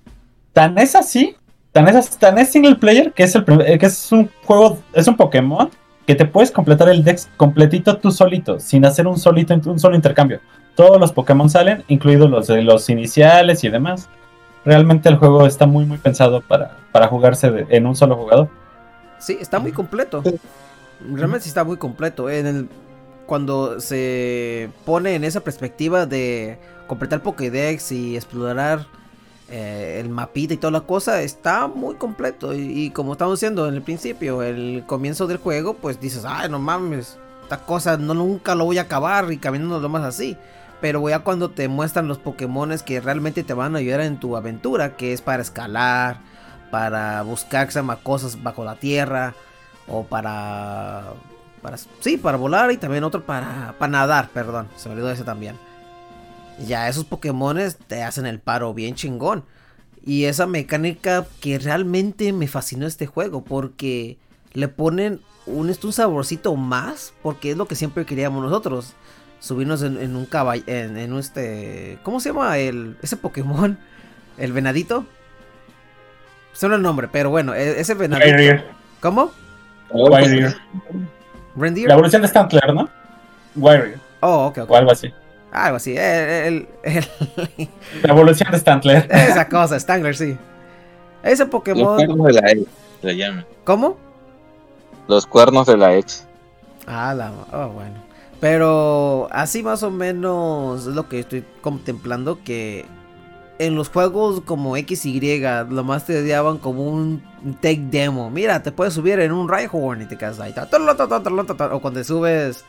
Tan es así, tan es, tan es single player que es, el, prim- eh, que es un juego, es un Pokémon que te puedes completar el dex completito tú solito, sin hacer un, solito, un solo intercambio. Todos los Pokémon salen, incluidos los de los iniciales y demás. Realmente el juego está muy muy pensado para, para jugarse de- en un solo jugador. Sí, está muy completo. Realmente sí está muy completo. En el, cuando se pone en esa perspectiva de completar Pokédex y explorar eh, el mapita y toda la cosa, está muy completo. Y, y como estamos diciendo en el principio, el comienzo del juego, pues dices, ay, no mames, esta cosa no, nunca lo voy a acabar y caminando lo más así. Pero ya cuando te muestran los Pokémones que realmente te van a ayudar en tu aventura, que es para escalar, para buscar que se llama cosas bajo la tierra, o para para sí, para volar y también otro para, para nadar, perdón, se me olvidó ese también. Ya esos Pokémones te hacen el paro bien chingón. Y esa mecánica que realmente me fascinó este juego, porque le ponen un, un saborcito más, porque es lo que siempre queríamos nosotros. Subirnos en, en un caballo, en, en este, ¿cómo se llama el ese Pokémon? El venadito. Se me el nombre, pero bueno, ese venadito. Reindeer. ¿Cómo? Reindeer. Reindeer. La evolución de Stantler, ¿no? Warrior. Oh, ok, ok. O algo así. Algo así. El, el, el... La evolución de Stantler. Esa cosa, Stangler, sí. Ese Pokémon. Los cuernos de la ex, le llaman. ¿Cómo? Los cuernos de la ex. Ah, la. Oh, bueno. Pero así más o menos es lo que estoy contemplando, que en los juegos como X Y lo más te daban como un tech demo. Mira, te puedes subir en un Rhyhorn y te quedas ahí. O cuando subes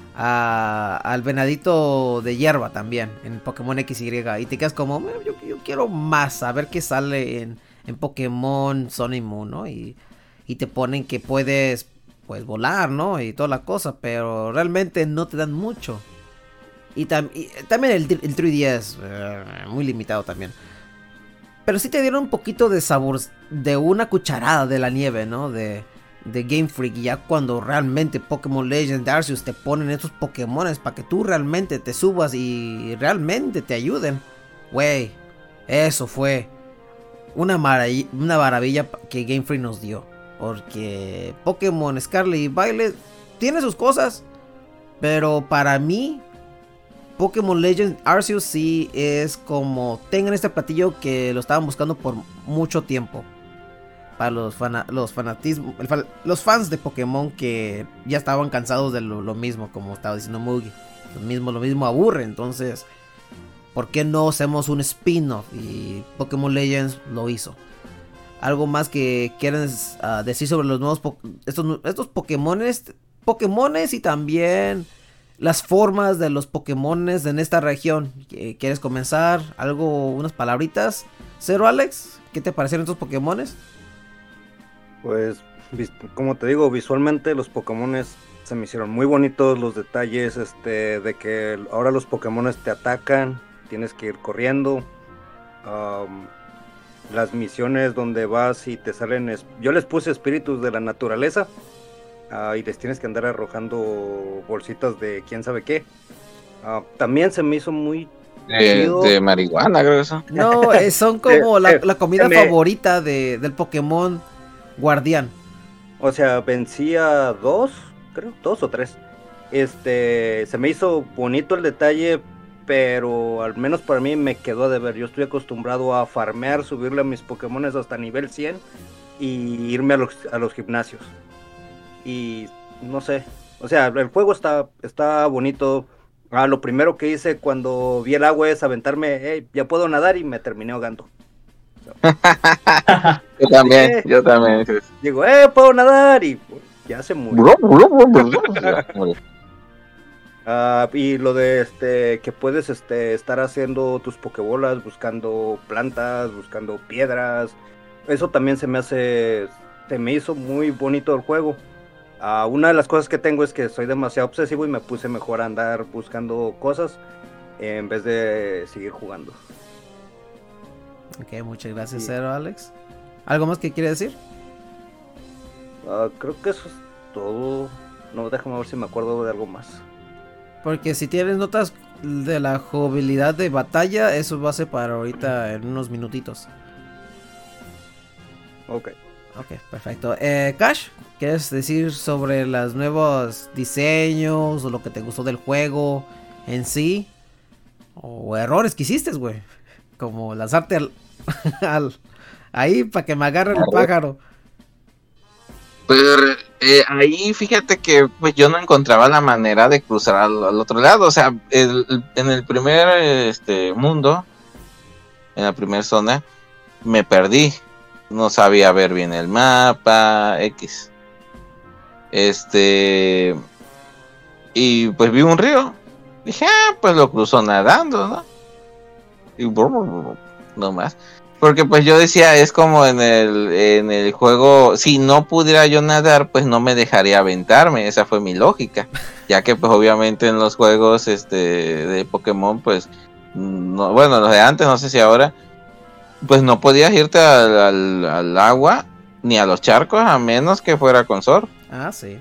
a, al venadito de hierba también en Pokémon X Y y te quedas como, yo, yo quiero más, a ver qué sale en, en Pokémon Sun y Moon, ¿no? Y, y te ponen que puedes pues volar, ¿no? Y toda la cosa, pero realmente no te dan mucho. Y, tam y también el, el tres D S, uh, muy limitado también. Pero sí te dieron un poquito de sabor, de una cucharada de la nieve, ¿no? De, de Game Freak. Y ya cuando realmente Pokémon Legends Arceus te ponen estos Pokémones para que tú realmente te subas y realmente te ayuden. Güey, eso fue una, maravilla, una maravilla que Game Freak nos dio. Porque Pokémon Scarlet y Violet tiene sus cosas, pero para mí Pokémon Legends Arceus sí es como tengan este platillo que lo estaban buscando por mucho tiempo. Para los, fana los fanatismos, el, los fans de Pokémon que ya estaban cansados de lo, lo mismo, como estaba diciendo Mugi. Lo mismo, lo mismo aburre, entonces ¿por qué no hacemos un spin-off? Y Pokémon Legends lo hizo. Algo más que quieran uh, decir sobre los nuevos po estos, estos Pokémones, Pokémones y también las formas de los Pokémones en esta región. ¿Quieres comenzar? ¿Algo, unas palabritas? ¿Cero, Alex? ¿Qué te parecieron estos Pokémones? Pues, como te digo, visualmente los Pokémones se me hicieron muy bonitos. Los detalles este, de que ahora los Pokémones te atacan, tienes que ir corriendo. Um, las misiones donde vas y te salen, yo les puse espíritus de la naturaleza, uh, y les tienes que andar arrojando bolsitas de quién sabe qué. Uh, también se me hizo muy de, de marihuana, creo que son. No, eh, son como la, la comida me... favorita de, del Pokémon guardián. O sea, vencía dos, creo, dos o tres. Este, se me hizo bonito el detalle, pero al menos para mí me quedó a deber. Yo estoy acostumbrado a farmear, subirle a mis Pokémones hasta nivel cien y irme a los, a los gimnasios. Y no sé, o sea, el juego está, está bonito. Ah, lo primero que hice cuando vi el agua es aventarme, hey, ya puedo nadar, y me terminé ahogando. So, yo también, eh, yo también. Digo, eh, puedo nadar, y pues, ya se murió. Uh, y lo de este que puedes este estar haciendo tus pokebolas, buscando plantas, buscando piedras, eso también se me hace, se me hizo muy bonito el juego. Uh, una de las cosas que tengo es que soy demasiado obsesivo y me puse mejor a andar buscando cosas en vez de seguir jugando. Ok, muchas gracias, sí. Cero, Alex. ¿Algo más que quiere decir? Uh, creo que eso es todo. No, déjame ver si me acuerdo de algo más. Porque si tienes notas de la jugabilidad de batalla, eso va a ser para ahorita en unos minutitos. Ok. Ok, perfecto. Eh, Cash, ¿quieres decir sobre los nuevos diseños o lo que te gustó del juego en sí? O errores que hiciste, güey. Como lanzarte al, al ahí para que me agarre el pájaro. Pero eh, ahí fíjate que pues yo no encontraba la manera de cruzar al, al otro lado. O sea, el, el, en el primer este mundo, en la primera zona, me perdí. No sabía ver bien el mapa, X. Este... Y pues vi un río. Dije, ah, pues lo cruzó nadando, ¿no? Y brr, brr, brr, no más. Porque pues yo decía, es como en el, en el juego, si no pudiera yo nadar, pues no me dejaría aventarme, esa fue mi lógica, ya que pues obviamente en los juegos este de Pokémon, pues, no, bueno, los de antes, no sé si ahora, pues no podías irte al, al, al agua, ni a los charcos, a menos que fuera con surf. Ah, sí.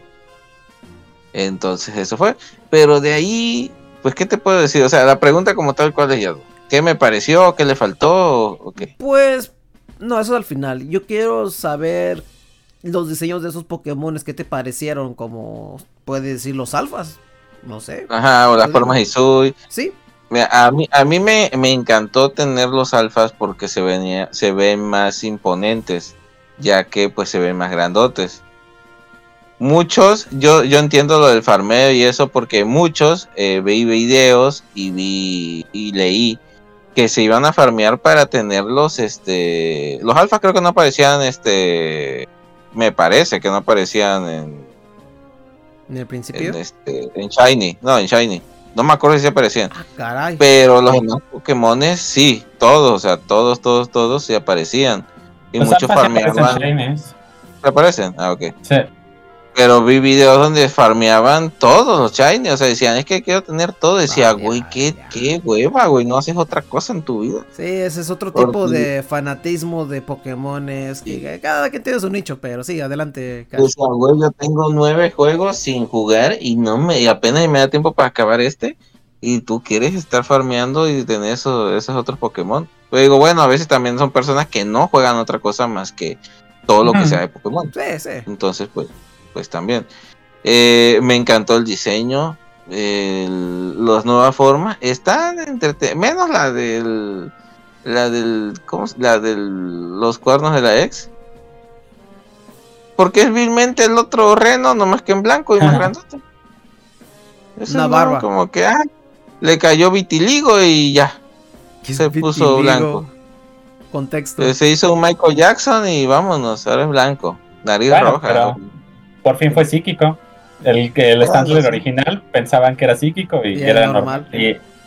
Entonces eso fue, pero de ahí, pues qué te puedo decir, o sea, la pregunta como tal, ¿cuál es, Yado? ¿Qué me pareció? ¿Qué le faltó? ¿O qué? Pues, no, eso al final. Yo quiero saber los diseños de esos Pokémones, ¿qué te parecieron? Como, puedes decir, los alfas. No sé. Ajá, o las formas de Isui. Sí. A mí, a mí me, me encantó tener los alfas porque se, venía, se ven más imponentes, ya que pues se ven más grandotes. Muchos, yo, yo entiendo lo del farmeo y eso porque muchos eh, vi videos y vi y leí que se iban a farmear para tenerlos, este, los alfas creo que no aparecían, este, me parece que no aparecían en, en el principio, en, este, en Shiny, no, en Shiny, no me acuerdo si aparecían, ah, caray. pero los demás Pokémones sí, todos, o sea, todos, todos, todos sí aparecían y los muchos farmeaban. ¿Te aparecen? Ah, ok. Sí. Pero vi videos donde farmeaban todos los shiny, o sea, decían, es que quiero tener todo. Decía, vaya, güey, qué, vaya. qué hueva, güey, no haces otra cosa en tu vida. Sí, ese es otro tipo Porque... de fanatismo de Pokémones, que cada quien tiene su nicho, pero sí, adelante. O sea, güey, yo tengo nueve juegos sin jugar y no me, y apenas me da tiempo para acabar este, y tú quieres estar farmeando y tener eso, esos otros Pokémon. Pero digo, bueno, a veces también son personas que no juegan otra cosa más que todo lo que sea de Pokémon. Sí, sí. Entonces, pues... pues también eh, me encantó el diseño, el, las nuevas formas están entrete- menos la del la del ¿cómo? La del los cuernos de la ex, porque es vilmente el otro reno, nomás que en blanco y más grandote. Eso una no, barba, como que ah, le cayó vitiligo y ya se vitiligo? puso blanco. Contexto, eh, se hizo un Michael Jackson y vámonos, ahora es blanco, nariz bueno, roja. pero... por fin fue psíquico. El que el Stantler ah, no, sí. original pensaban que era psíquico y, y era normal. normal. Y...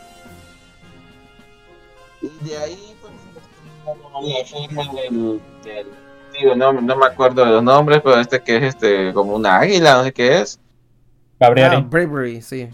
y de ahí pues, la forma del, del digo, no, no me acuerdo de los nombres, pero este que es este como una águila, no sé qué es. Gabriel. Ah, Bravery, sí.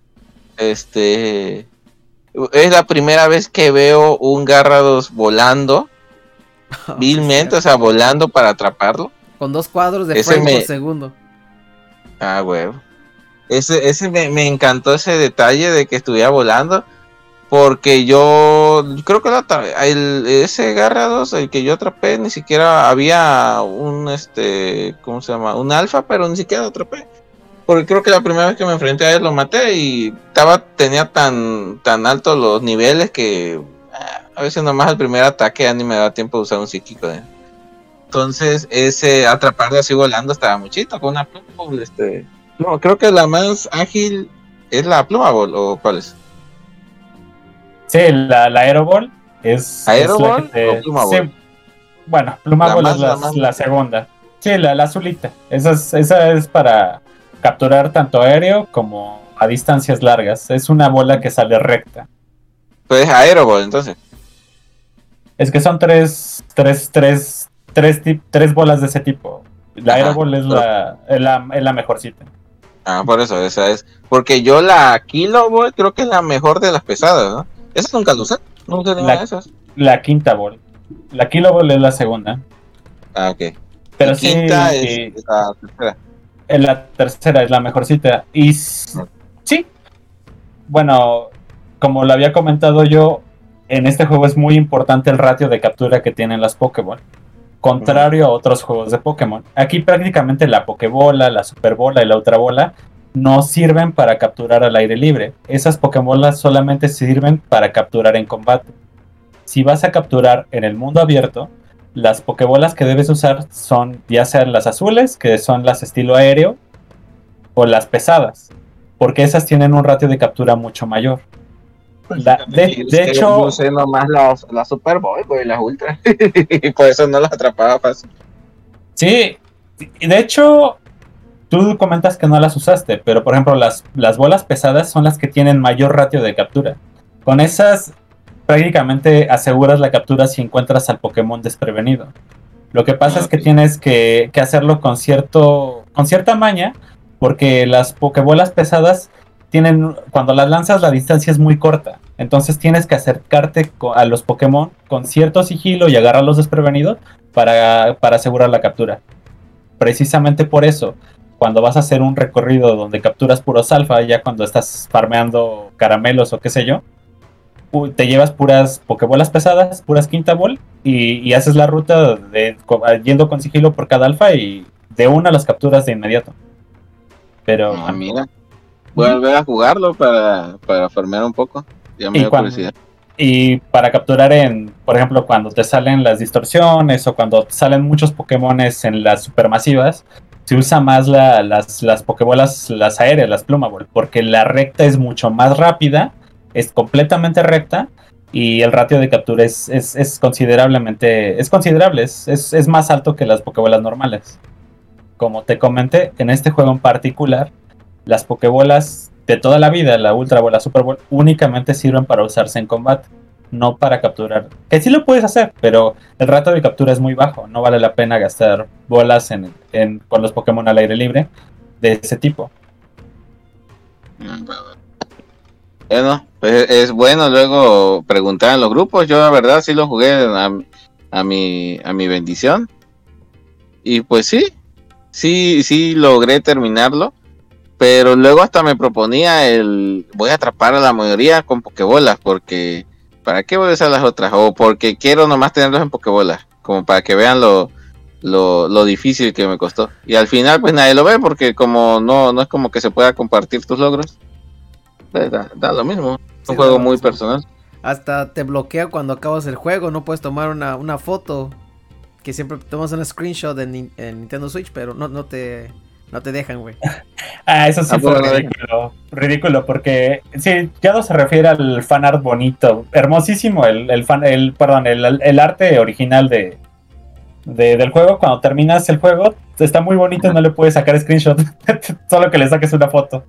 Este es la primera vez que veo un Gyarados volando. Oh, vilmente, sí, o sea, volando para atraparlo. Con dos cuadros de frame me... por segundo. Ah, huevo. Ese, ese me, me encantó ese detalle de que estuviera volando. Porque yo creo que la, el, ese Gyarados, el que yo atrapé, ni siquiera había un este, ¿cómo se llama? Un alfa, pero ni siquiera lo atrapé. Porque creo que la primera vez que me enfrenté a él lo maté y estaba, tenía tan, tan altos los niveles que ah, a veces nomás el primer ataque ya ni me daba tiempo de usar un psíquico. ¿eh? Entonces, ese atraparlo así volando estaba muchito con una pluma. Este, no, creo que la más ágil es la pluma ball, o cuál es. Sí, la, la Aeroball es. ¿Aeroball es te... o pluma ball? Sí. Bueno, pluma ball es la, la, la segunda. Sí, la, la azulita. Esa es, esa es para capturar tanto aéreo como a distancias largas. Es una bola que sale recta. Pues Aeroball, entonces. Es que son tres, tres, tres. Tres, tip, tres bolas de ese tipo. La Aeroball es la, es, la, es la mejorcita. Ah, por eso, esa es. Porque yo la Kiloball creo que es la mejor de las pesadas, ¿no? ¿Esa nunca la usé? Nunca usé ninguna de esas. La quinta ball. La Kiloball es la segunda. Ah, ok. Pero la sí, quinta es, eh, es la tercera. La tercera es la mejorcita. Y no. sí. Bueno, como lo había comentado yo, en este juego es muy importante el ratio de captura que tienen las Pokéball. Contrario uh-huh. a otros juegos de Pokémon. Aquí prácticamente la Pokébola, la Superbola y la Ultra Bola no sirven para capturar al aire libre. Esas Pokébolas solamente sirven para capturar en combate. Si vas a capturar en el mundo abierto, las Pokébolas que debes usar son ya sean las azules, que son las estilo aéreo, o las pesadas, porque esas tienen un ratio de captura mucho mayor. La, de, de hecho, yo usé nomás las la Super Boy, pues, las Ultra, y por eso no las atrapaba fácil. Sí, y de hecho, tú comentas que no las usaste, pero por ejemplo, las, las bolas pesadas son las que tienen mayor ratio de captura. Con esas, prácticamente aseguras la captura si encuentras al Pokémon desprevenido. Lo que pasa Ah, es que ok. tienes que, que hacerlo con cierto con cierta maña, porque las Pokébolas pesadas tienen, cuando las lanzas la distancia es muy corta, entonces tienes que acercarte co- a los Pokémon con cierto sigilo y agarrarlos desprevenidos para, para asegurar la captura. Precisamente por eso, cuando vas a hacer un recorrido donde capturas puros alfa, ya cuando estás farmeando caramelos o qué sé yo, pu- te llevas puras Pokébolas pesadas, puras quinta ball, y, y haces la ruta de, co- yendo con sigilo por cada alfa y de una las capturas de inmediato. Pero Ah, a mí- mira. Voy a volver a jugarlo para, para farmear un poco. Ya me y, dio cuando, curiosidad. y para capturar en, por ejemplo, cuando te salen las distorsiones o cuando te salen muchos Pokémones en las supermasivas, se usa más la, las, las Pokébolas, las aéreas, las Plumable, porque la recta es mucho más rápida, es completamente recta y el ratio de captura es, es, es considerablemente, es considerable, es, es, es más alto que las Pokébolas normales. Como te comenté, en este juego en particular, las Pokébolas de toda la vida, la Ultra Bola, Super Bowl, únicamente sirven para usarse en combate, no para capturar. Que sí lo puedes hacer, pero el rato de captura es muy bajo. No vale la pena gastar bolas en, en, con los Pokémon al aire libre de ese tipo. Mm, Bueno, pues es bueno luego preguntar en los grupos. Yo la verdad sí lo jugué a, a mi a mi bendición. Y pues sí, sí, sí logré terminarlo. Pero luego hasta me proponía el voy a atrapar a la mayoría con pokebolas, porque ¿para qué voy a usar las otras? O porque quiero nomás tenerlos en pokebolas, como para que vean lo, lo, lo difícil que me costó. Y al final pues nadie lo ve, porque como no, no es como que se pueda compartir tus logros, pues, da, da lo mismo. Es Sí, un da juego lo muy mismo. personal. Hasta te bloquea cuando acabas el juego, no puedes tomar una, una foto. Que siempre tomas un screenshot en, Nin- en Nintendo Switch, pero no, no te no te dejan, güey. Ah, eso sí Ah, fue bueno, no ridículo. Ridículo, porque sí, ya no se refiere al fan art bonito. Hermosísimo el, el fan, el, perdón, el, el arte original de, de- del juego. Cuando terminas el juego, está muy bonito y no le puedes sacar screenshot. Solo que le saques una foto.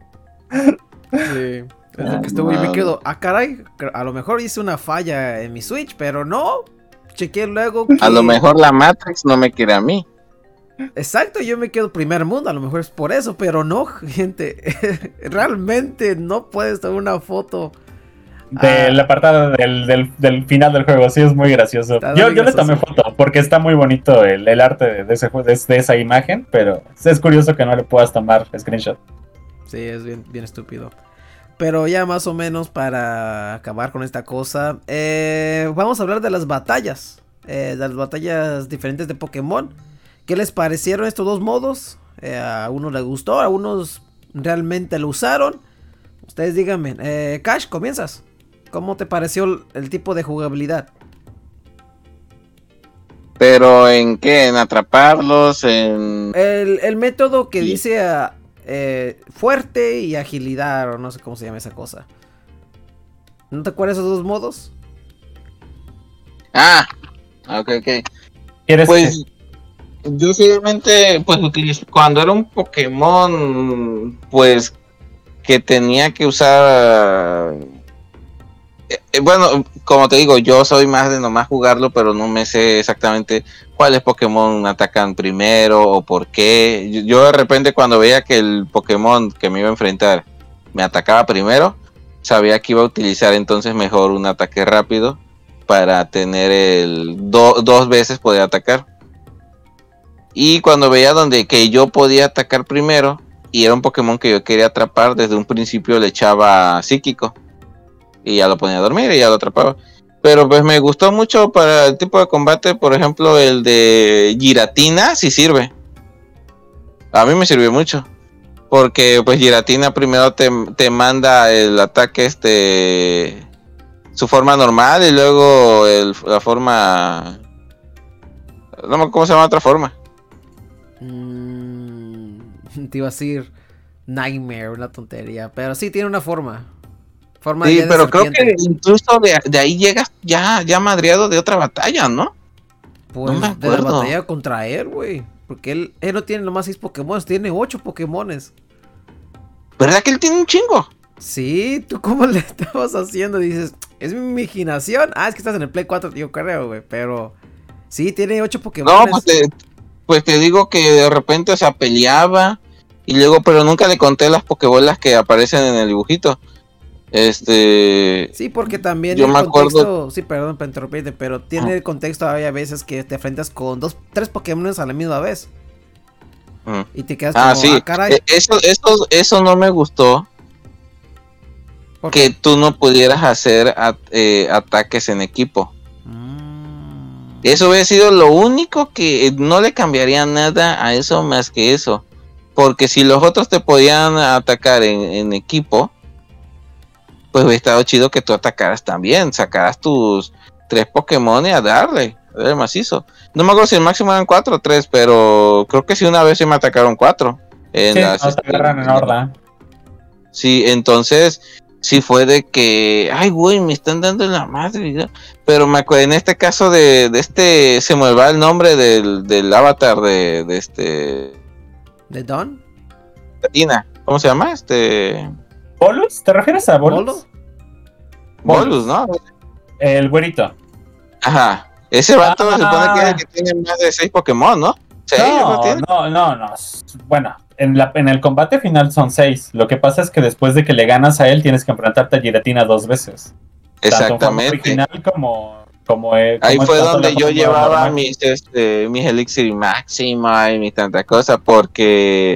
Sí. Es lo que estuvo y me Ah, quedo, ah, caray, a lo mejor hice una falla en mi Switch, pero no. Chequeé luego que... A lo mejor la Matrix no me quiere a mí. Exacto, yo me quedo primer mundo, a lo mejor es por eso, pero no, gente. Realmente no puedes tomar una foto. Del Ah, apartado del, del, del final del juego, sí es muy gracioso. Está Yo, muy yo le tomé gracioso. foto porque está muy bonito el, el arte de, de ese jue- de, de esa imagen, pero es curioso que no le puedas tomar screenshot. Sí, es bien, bien estúpido. Pero ya más o menos para acabar con esta cosa, eh, vamos a hablar de las batallas. Eh, de las batallas diferentes de Pokémon. ¿Qué les parecieron estos dos modos? Eh, a unos les gustó, a unos realmente lo usaron. Ustedes díganme. Eh, Cash, comienzas. ¿Cómo te pareció el, el tipo de jugabilidad? Pero ¿en qué? ¿En atraparlos? ¿En...? El, el método que Sí. dice ah, eh, fuerte y agilidad, o no sé cómo se llama esa cosa. ¿No te acuerdas esos dos modos? Ah, ok, ok. ¿Quieres Pues yo simplemente, pues utilicé, cuando era un Pokémon, pues que tenía que usar, eh, eh, bueno, como te digo, yo soy más de nomás jugarlo, pero no me sé exactamente cuáles Pokémon atacan primero o por qué. Yo, yo de repente cuando veía que el Pokémon que me iba a enfrentar me atacaba primero, sabía que iba a utilizar entonces mejor un ataque rápido para tener el do, dos veces poder atacar. Y cuando veía donde que yo podía atacar primero y era un Pokémon que yo quería atrapar, desde un principio le echaba psíquico y ya lo ponía a dormir y ya lo atrapaba. Pero pues me gustó mucho para el tipo de combate, por ejemplo el de Giratina sí sirve. A mí me sirvió mucho. Porque pues Giratina primero te, te manda el ataque este su forma normal y luego el, la forma, no me acuerdo cómo se llama otra forma. Mm, te iba a decir Nightmare, una tontería. Pero sí tiene una forma. Forma Sí, ya de pero creo que serpiente. incluso de, de ahí llegas ya, ya madreado de otra batalla, ¿no? Pues no me de la acuerdo. batalla contra él, güey. Porque él, él no tiene nomás seis Pokémon, tiene ocho Pokémones. ¿Verdad que él tiene un chingo? Sí, ¿tú cómo le estabas haciendo? Dices, ¿Es mi imaginación? Ah, es que estás en el Play cuatro, yo creo, güey, pero... Sí, tiene ocho Pokémon. No, pues te, pues te digo que de repente, o sea, peleaba y luego, pero nunca le conté las Pokébolas que aparecen en el dibujito. Este... Sí, porque también yo el me contexto... acuerdo... Sí, perdón por interrumpirte, pero tiene Ah. el contexto, hay a veces que te enfrentas con dos, tres Pokémon a la misma vez. Mm. Y te quedas Ah, como, sí, ah, caray. Eh, eso, eso, eso no me gustó, ¿Por que qué? tú no pudieras hacer at- eh, ataques en equipo. Mm. Eso hubiera sido lo único que eh, no le cambiaría nada a eso más que eso. Porque si los otros te podían atacar en, en equipo, pues hubiera estado chido que tú atacaras también. Sacaras tus tres Pokémon y a darle, a darle macizo. No me acuerdo si el máximo eran cuatro o tres, pero creo que sí una vez sí me atacaron cuatro. En Sí, las, no te este, agarran en horda. Sí, entonces sí fue de que, ay, güey, me están dando la madre, ¿no? Pero me acuerdo, en este caso de, de este, se me va el nombre del, del avatar de, de este, ¿De Dawn? Latina, ¿cómo se llama? Este, ¿Bolus? ¿Te refieres a Bolus? ¿Bolo? Bolus, ¿no? El güerito. Ajá, ese vato Ah. se supone que es el que tiene más de seis Pokémon, ¿no? ¿Seis no No, tiene? no, no, no. Bueno, en, la, en el combate final son seis. Lo que pasa es que después de que le ganas a él, tienes que enfrentarte a Giratina dos veces. Tanto en forma Exactamente. original como... como eh, Ahí como fue tanto donde la yo forma llevaba normal. mis, este, mis Elixir Máxima y mis tantas cosas, porque...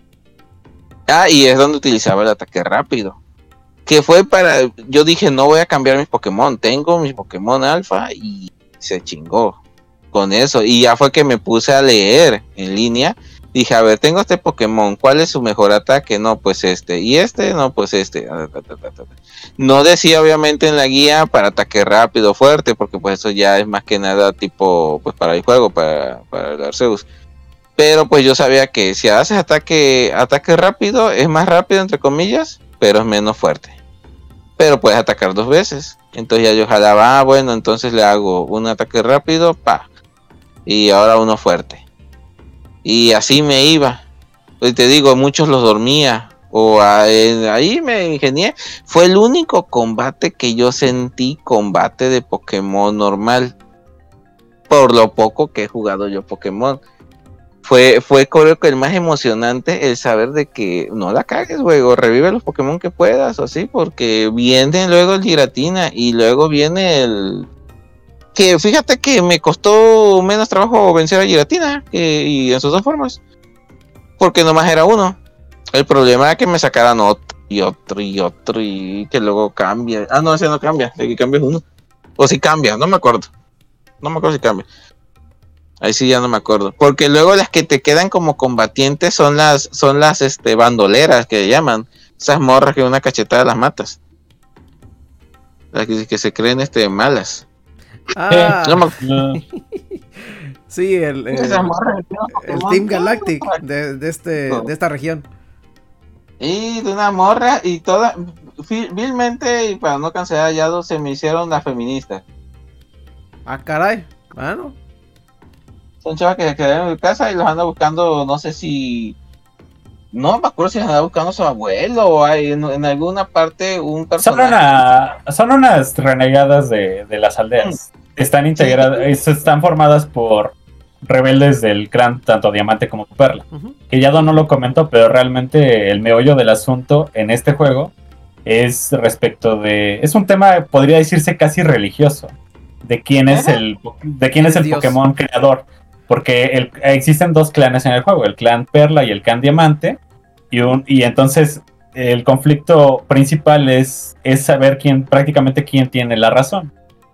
Ah, y es donde utilizaba el ataque rápido. Que fue para... Yo dije, no voy a cambiar mis Pokémon. Tengo mis Pokémon Alpha y se chingó con eso. Y ya fue que me puse a leer en línea. Dije, a ver, tengo este Pokémon. ¿Cuál es su mejor ataque? No, pues este. Y este, no, pues este. No decía obviamente en la guía para ataque rápido, fuerte, porque pues eso ya es más que nada tipo, pues para el juego, para, para el Arceus. Pero pues yo sabía que si haces ataque, ataque rápido, es más rápido entre comillas, pero es menos fuerte. Pero puedes atacar dos veces. Entonces ya yo jalaba, ah, bueno, entonces le hago un ataque rápido, pa. Y ahora uno fuerte. Y así me iba. Pues te digo, muchos los dormía. O a, eh, ahí me ingenié. Fue el único combate que yo sentí combate de Pokémon normal. Por lo poco que he jugado yo Pokémon. Fue, fue creo que el más emocionante el saber de que no la cagues, güey, o revive los Pokémon que puedas, o así, porque viene luego el Giratina y luego viene el... Que fíjate que me costó menos trabajo vencer a Giratina que, y en sus dos formas, porque nomás era uno. El problema era que me sacaran otro y otro y otro y que luego cambia. Ah, no, ese no cambia, el que cambia es uno. O si cambia, no me acuerdo. No me acuerdo si cambia. Ahí sí ya no me acuerdo. Porque luego las que te quedan como combatientes son las, son las este, bandoleras que llaman. Esas morras que una cachetada las matas. Las que, que se creen este malas. Ah, No me- sí, el, el, Esas morras que tienen el Pokémon. Team Galactic de, de, este, de esta región. Y de una morra y toda, fi- vilmente, y para no cancelar hallado, se me hicieron las feministas. Ah, caray. Bueno, Son chavas que se quedaron en mi casa y los anda buscando, no sé si... No me acuerdo si los anda buscando su abuelo o hay en, en alguna parte un Son, personaje. una, son unas renegadas de, de las aldeas. Están integradas, sí. Están formadas por rebeldes del clan, tanto Diamante como Perla. uh-huh. Que Yado no lo comentó, pero realmente el meollo del asunto en este juego es respecto de... Es un tema, podría decirse, casi religioso. De quién es el, de quién es el Dios. Pokémon creador. Porque el, existen dos clanes en el juego, el clan Perla y el clan Diamante. Y, un, y entonces el conflicto principal es, es saber quién, prácticamente quién tiene la razón.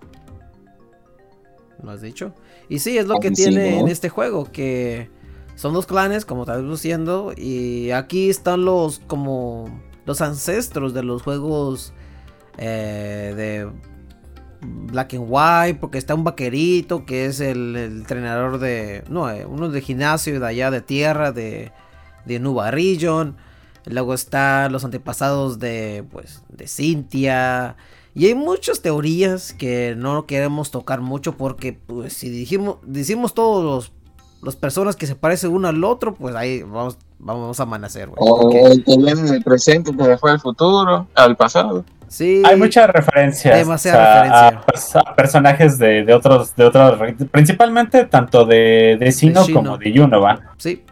¿Lo has dicho? Y sí, es lo que Sí, tiene ¿no? en este juego, que son dos clanes, como estás diciendo, y aquí están los como los ancestros de los juegos eh, de Black and White, porque está un vaquerito que es el, el entrenador de, no, eh, uno de gimnasio de allá de tierra, de, de Nuba Region. Luego están los antepasados de, pues, de Cynthia. Y hay muchas teorías que no queremos tocar mucho porque, pues, si dijimos, decimos todos los, los personas que se parecen uno al otro, pues ahí vamos, vamos a amanecer, güey. O Porque- el que viene en el presente que fue al futuro, al pasado. Sí. Hay muchas referencias. Demasiada o sea, referencia. A, pues, a personajes de, de otros, de otros, principalmente tanto de, de Sinnoh Sinnoh. como de Unova. Sí.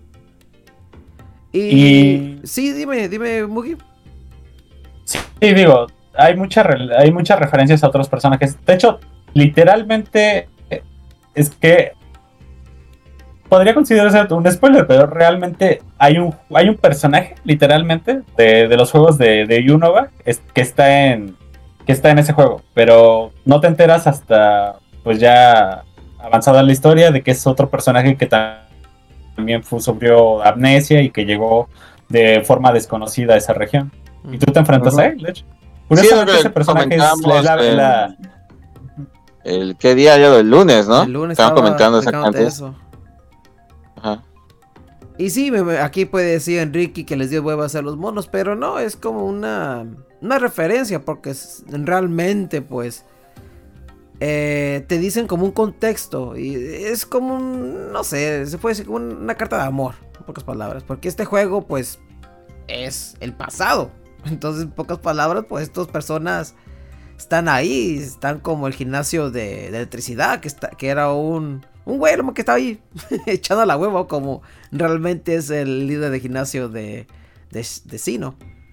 Y, Y- sí, dime, dime, Mugi. Sí, digo, hay, mucha, re- hay muchas referencias a otros personajes. De hecho, literalmente eh, es que podría considerarse un spoiler, pero realmente hay un, hay un personaje, literalmente, de, de los juegos de, de Unova es, que está en que está en ese juego, pero no te enteras hasta pues ya avanzada la historia de que es otro personaje que ta- también fue, sufrió amnesia y que llegó de forma desconocida a esa región. Y tú te enfrentas Ujú. a él, de hecho. Curiosamente, Sí, lo que ese personaje es, comentamos es la, en- la- El qué día ya el lunes, ¿no? El lunes Estaban estaba comentando explicándote exactamente eso. eso. Ajá. Y sí, me- me- aquí puede decir Enrique que les dio huevo a hacer los monos, pero no, es como una, una referencia, porque es- realmente, pues, eh, te dicen como un contexto, y es como un, no sé, se puede decir como una carta de amor, en pocas palabras, porque este juego, pues, es el pasado. Entonces, en pocas palabras, pues, estas personas están ahí, están como el gimnasio de, de electricidad, que, está, que era un... Un güey que estaba ahí echando la hueva, como realmente es el líder de gimnasio de, de, de Sinnoh.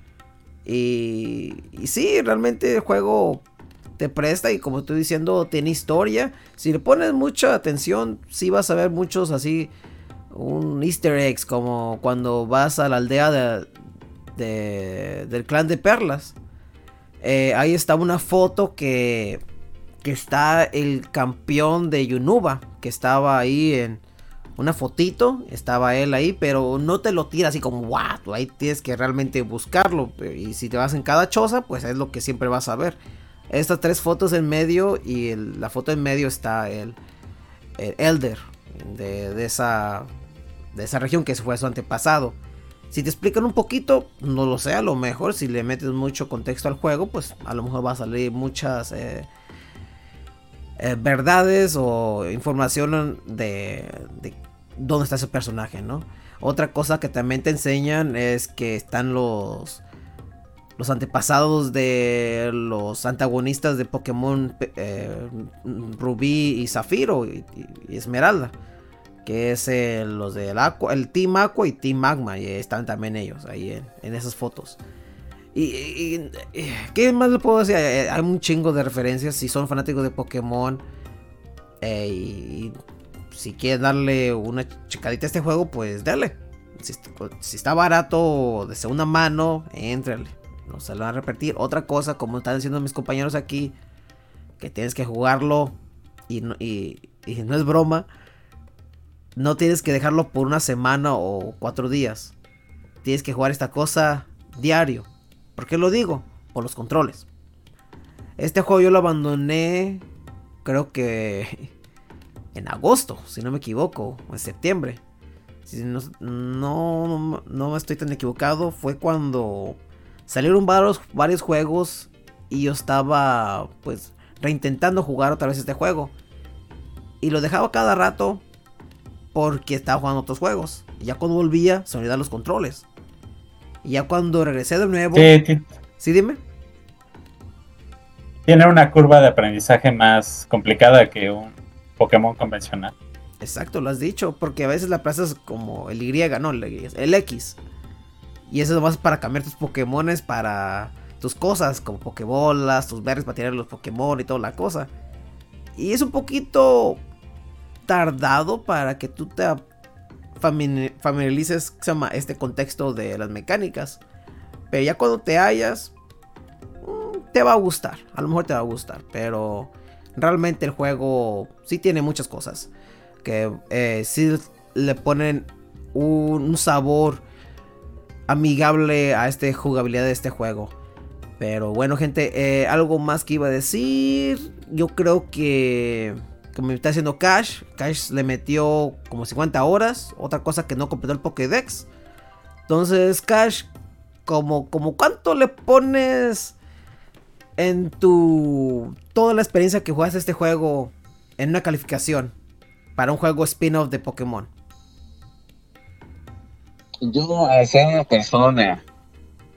Y, y sí, realmente el juego te presta y como estoy diciendo, tiene historia. Si le pones mucha atención, sí vas a ver muchos así, un easter eggs, como cuando vas a la aldea de, de, del clan de Perlas. Eh, ahí está una foto que... que está el campeón de Unova, que estaba ahí en una fotito, estaba él ahí, pero no te lo tira así como wow, ahí tienes que realmente buscarlo, y si te vas en cada choza, pues es lo que siempre vas a ver. Estas tres fotos en medio, y el, la foto en medio está el, el Elder de, de, esa, de esa región que fue su antepasado. Si te explican un poquito, no lo sé, a lo mejor si le metes mucho contexto al juego, pues a lo mejor va a salir muchas... Eh, Eh, verdades o información de, de dónde está ese personaje, ¿no? Otra cosa que también te enseñan es que están los los antepasados de los antagonistas de Pokémon eh, Rubí y Zafiro y, y Esmeralda, que es el, los del Aqua, el Team Aqua y Team Magma, y están también ellos ahí en, en esas fotos. Y, y, y ¿qué más le puedo decir? Hay, hay un chingo de referencias. Si son fanáticos de Pokémon eh, y si quieren darle una checadita a este juego, pues dale. Si, si está barato de segunda mano, éntrale. No se lo van a repetir. Otra cosa, como están diciendo mis compañeros aquí, que tienes que jugarlo y no, y, y no es broma. No tienes que dejarlo por una semana o cuatro días. Tienes que jugar esta cosa diario. ¿Por qué lo digo? Por los controles. Este juego yo lo abandoné, creo que en agosto, si no me equivoco, o en septiembre. Si no, no, no estoy tan equivocado, fue cuando salieron varios, varios juegos y yo estaba pues reintentando jugar otra vez este juego. Y lo dejaba cada rato porque estaba jugando otros juegos. Y ya cuando volvía, se me olvidaban los controles. Y ya cuando regresé de nuevo... Sí, sí. Sí, dime. Tiene una curva de aprendizaje más complicada que un Pokémon convencional. Exacto, lo has dicho. Porque a veces la plazas como el Y, no, el, el X. Y eso nomás es para cambiar tus Pokémones para tus cosas, como Pokébolas, tus berries para tirar los Pokémon y toda la cosa. Y es un poquito tardado para que tú te familiarices, se llama, este contexto de las mecánicas. Pero ya cuando te hallas, te va a gustar. A lo mejor te va a gustar. Pero realmente el juego sí tiene muchas cosas que eh, sí le ponen un, un sabor amigable a esta jugabilidad de este juego. Pero bueno, gente, eh, algo más que iba a decir. Yo creo que, como me está haciendo Cash, Cash le metió como cincuenta horas. Otra cosa que no completó el Pokédex. Entonces, Cash, como, como ¿cuánto le pones en tu toda la experiencia que jugaste este juego en una calificación para un juego spin-off de Pokémon? Yo, al ser una persona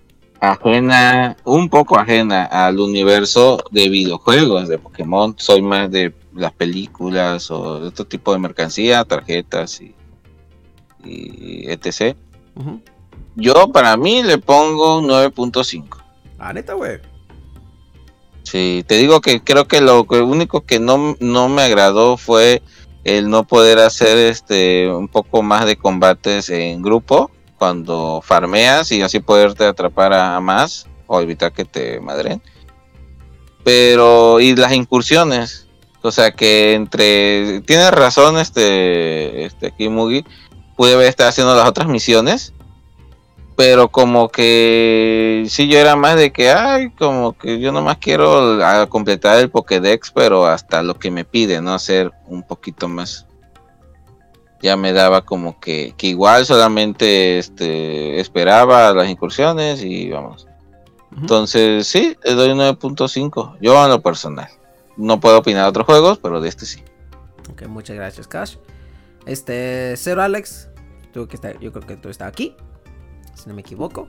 ajena, un poco ajena al universo de videojuegos de Pokémon. Soy más de las películas o de otro tipo de mercancía, tarjetas y, y etcétera. Uh-huh. Yo para mí le pongo un nueve punto cinco. Ah, neta, güey. Sí, te digo que creo que lo, que lo único que no, no me agradó fue el no poder hacer este un poco más de combates en grupo cuando farmeas y así poderte atrapar a, a más o evitar que te madren. Pero y las incursiones, o sea que entre tienes razón este este aquí Mugi, pude haber estado haciendo las otras misiones, pero como que sí yo era más de que ay como que yo nomás quiero a, completar el Pokédex, pero hasta lo que me pide, no hacer un poquito más. Ya me daba como que, que igual solamente este esperaba las incursiones y vamos. Uh-huh. Entonces sí, le doy nueve punto cinco. Yo en lo personal. No puedo opinar de otros juegos, pero de este sí. Ok, muchas gracias, Cash. Este, Cero Alex, tú que está, yo creo que tú estás aquí, si no me equivoco.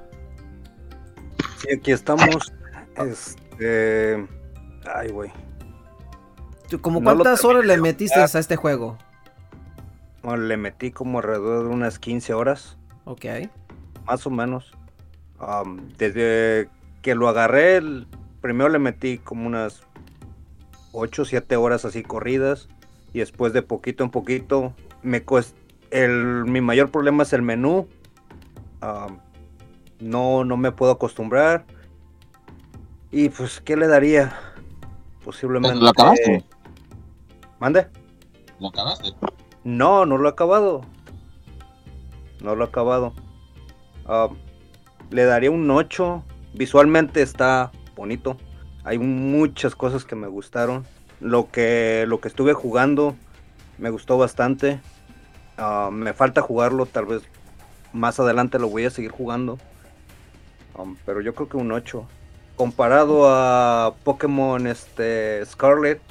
Sí, aquí estamos. Este, ay, güey. ¿Cómo cuántas no horas le metiste a este juego? Bueno, le metí como alrededor de unas quince horas. Ok. Más o menos. Um, desde que lo agarré, el, primero le metí como unas ocho o siete horas así corridas. Y después de poquito en poquito, me cuesta, el, mi mayor problema es el menú. Um, no, no me puedo acostumbrar. Y pues, ¿qué le daría? Posiblemente... ¿Lo acabaste? ¿Mande? ¿Lo acabaste? No, no lo he acabado. No lo he acabado. Uh, le daría un ocho. Visualmente está bonito. Hay muchas cosas que me gustaron. Lo que, lo que estuve jugando me gustó bastante. Uh, me falta jugarlo, tal vez más adelante lo voy a seguir jugando. Um, pero yo creo que un ocho. Comparado a Pokémon este, Scarlet.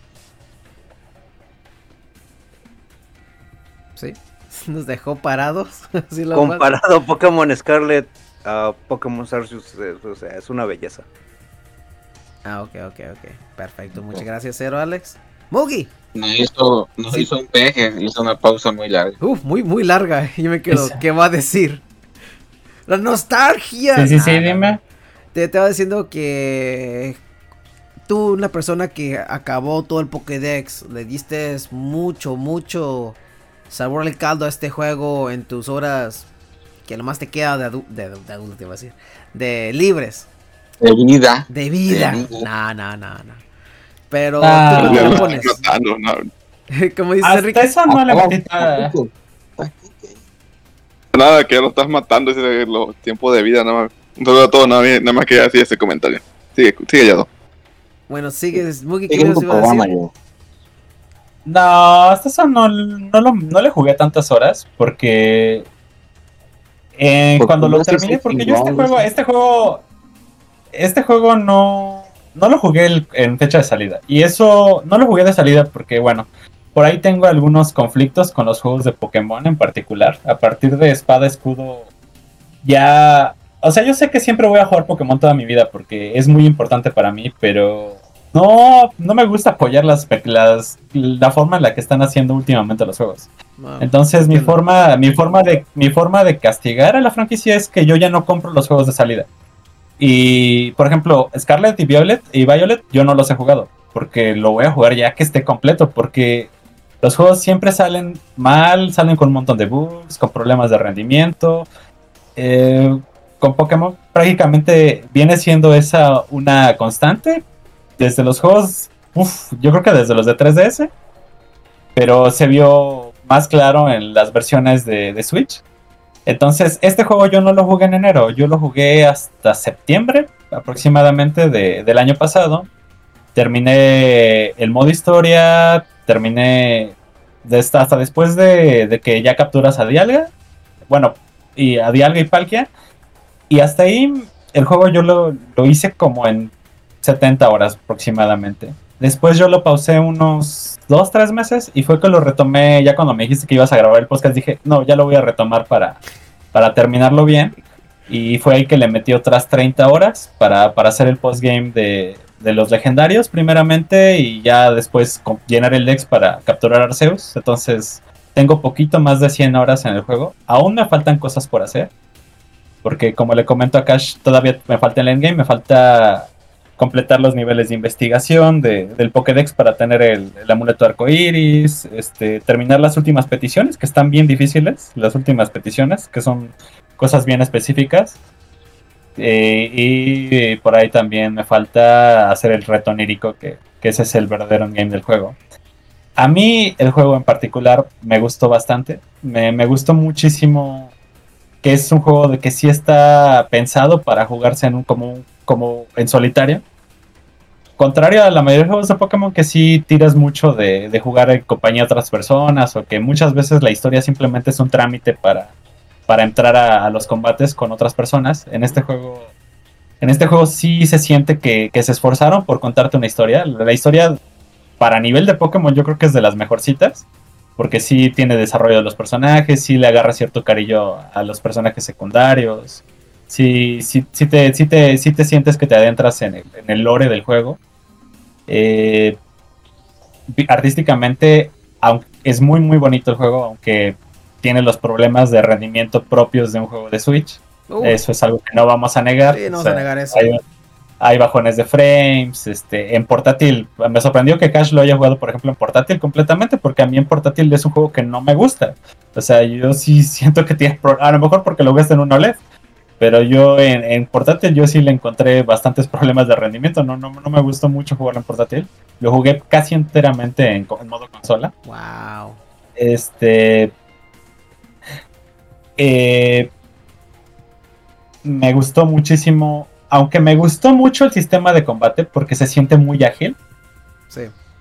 Sí, nos dejó parados. ¿Sí lo Comparado a Pokémon Scarlet a uh, Pokémon Arceus, o sea, es una belleza. Ah, ok, ok, ok. Perfecto, muchas gracias, Cero Alex. Mugi. Nos hizo, nos sí. hizo un peje, hizo una pausa muy larga. Uf, muy, muy larga. Yo me quedo, ¿qué va a decir? La nostalgia. Sí, sí, sí, ah, dime. Te estaba diciendo que tú, una persona que acabó todo el Pokédex, le diste mucho, mucho sabor al caldo a este juego en tus horas que nomás te queda de, adu- de, de adulto, te iba a decir, de libres. De vida. De vida. De vida. No, no, no, no. Pero ah, tú no te pones. Matando, no. Como dice hasta Enrique. Eso no le metí nada. Nada, que ya lo estás matando, ese los tiempos de vida, nada más. Todo, todo, nada, nada más que así ese comentario. Sigue, sigue ya. Bueno, sigues, Mugi, ¿qué nos iba a decir? Yo. No, hasta eso no, no, lo, no le jugué tantas horas porque eh, cuando lo terminé, porque yo este juego, este juego, este juego no, no lo jugué el, en fecha de salida. Y eso no lo jugué de salida porque, bueno, por ahí tengo algunos conflictos con los juegos de Pokémon en particular. A partir de Espada Escudo, ya, o sea, yo sé que siempre voy a jugar Pokémon toda mi vida porque es muy importante para mí, pero no, no me gusta apoyar las, las, la forma en la que están haciendo últimamente los juegos. Wow. Entonces mi forma, mi forma de, mi forma de castigar a la franquicia es que yo ya no compro los juegos de salida. Y, por ejemplo, Scarlet y Violet, y Violet, yo no los he jugado, porque lo voy a jugar ya que esté completo, porque los juegos siempre salen mal, salen con un montón de bugs, con problemas de rendimiento. Eh, con Pokémon prácticamente viene siendo esa una constante desde los juegos, uf, yo creo que desde los de tres D S, pero se vio más claro en las versiones de, de Switch. Entonces, este juego yo no lo jugué en enero, yo lo jugué hasta septiembre aproximadamente de, del año pasado. Terminé el modo historia, terminé de esta, hasta después de, de que ya capturas a Dialga, bueno, y a Dialga y Palkia, y hasta ahí el juego yo lo, lo hice como en setenta horas aproximadamente. Después yo lo pausé unos dos, tres meses y fue que lo retomé ya cuando me dijiste que ibas a grabar el podcast. Dije, no, ya lo voy a retomar para, para terminarlo bien. Y fue ahí que le metí otras treinta horas para, para hacer el postgame de, de los legendarios primeramente y ya después llenar el Dex para capturar Arceus. Entonces tengo poquito más de cien horas en el juego. Aún me faltan cosas por hacer. Porque como le comento a Cash, todavía me falta el endgame, me falta completar los niveles de investigación de, del Pokédex para tener el, el amuleto arcoiris, este, terminar las últimas peticiones, que están bien difíciles, las últimas peticiones, que son cosas bien específicas. Eh, y por ahí también me falta hacer el reto onírico, que, que ese es el verdadero endgame del juego. A mí el juego en particular me gustó bastante, me, me gustó muchísimo que es un juego de que sí está pensado para jugarse en un como, como en solitario. Contrario a la mayoría de juegos de Pokémon que sí tiras mucho de, de jugar en compañía de otras personas o que muchas veces la historia simplemente es un trámite para, para entrar a, a los combates con otras personas. En este juego, en este juego sí se siente que, que se esforzaron por contarte una historia. La historia para nivel de Pokémon yo creo que es de las mejorcitas. Porque sí tiene desarrollo de los personajes, sí le agarra cierto cariño a los personajes secundarios, sí, sí, sí, te, sí, te, sí te sientes que te adentras en el, en el lore del juego. Eh, artísticamente aunque es muy muy bonito el juego, aunque tiene los problemas de rendimiento propios de un juego de Switch. Uh, eso es algo que no vamos a negar. Sí, no o vamos sea, a negar eso. Hay, hay bajones de frames, este, en portátil, me sorprendió que Cash lo haya jugado, por ejemplo, en portátil completamente, porque a mí en portátil es un juego que no me gusta. O sea, yo sí siento que tiene, a lo mejor porque lo ves en un O L E D, pero yo en, en portátil yo sí le encontré bastantes problemas de rendimiento, no, no, no me gustó mucho jugarlo en portátil. Lo jugué casi enteramente en, en modo consola. Wow. Este... Eh, me gustó muchísimo. Aunque me gustó mucho el sistema de combate porque se siente muy ágil. Sí.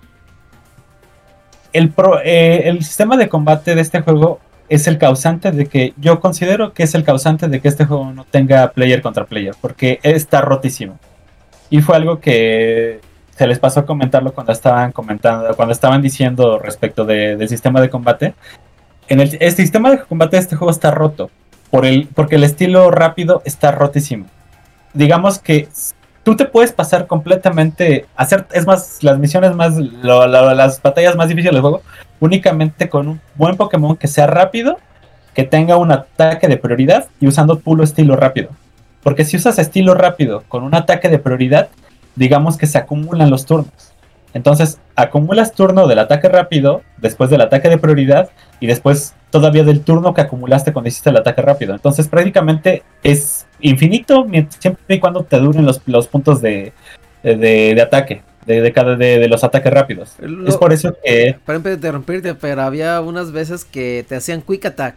El, pro, eh, el sistema de combate de este juego es el causante de que... Yo considero que es el causante de que este juego no tenga player contra player. Porque está rotísimo. Y fue algo que se les pasó a comentarlo cuando estaban comentando... Cuando estaban diciendo respecto de, del sistema de combate. En el, el sistema de combate de este juego está roto. Por el, porque el estilo rápido está rotísimo. Digamos que tú te puedes pasar completamente, hacer, es más, las misiones más, lo, lo, las batallas más difíciles del juego, únicamente con un buen Pokémon que sea rápido, que tenga un ataque de prioridad y usando puro estilo rápido. Porque si usas estilo rápido con un ataque de prioridad, digamos que se acumulan los turnos. Entonces, acumulas turno del ataque rápido, después del ataque de prioridad, y después todavía del turno que acumulaste cuando hiciste el ataque rápido. Entonces, prácticamente es infinito, siempre y cuando te duren los, los puntos de, de, de ataque, de, de, cada, de, de los ataques rápidos. Lo, es por eso que... Para interrumpirte, pero había unas veces que te hacían Quick Attack.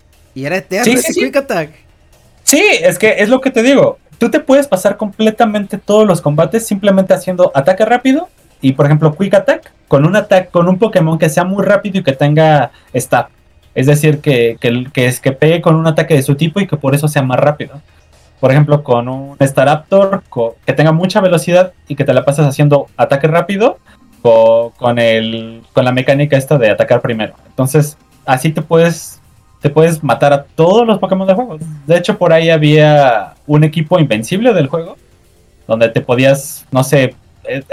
Y era eterno sí, ese sí, Quick sí. Attack. Sí, es que es lo que te digo. Tú te puedes pasar completamente todos los combates simplemente haciendo ataque rápido. Y por ejemplo, Quick Attack, con un ataque, con un Pokémon que sea muy rápido y que tenga stab. Es decir, que, que, que, es, que pegue con un ataque de su tipo y que por eso sea más rápido. Por ejemplo, con un Staraptor con, que tenga mucha velocidad y que te la pases haciendo ataque rápido con, con, el, con la mecánica esta de atacar primero. Entonces, así te puedes, te puedes matar a todos los Pokémon del juego. De hecho, por ahí había un equipo invencible del juego, donde te podías, no sé... El,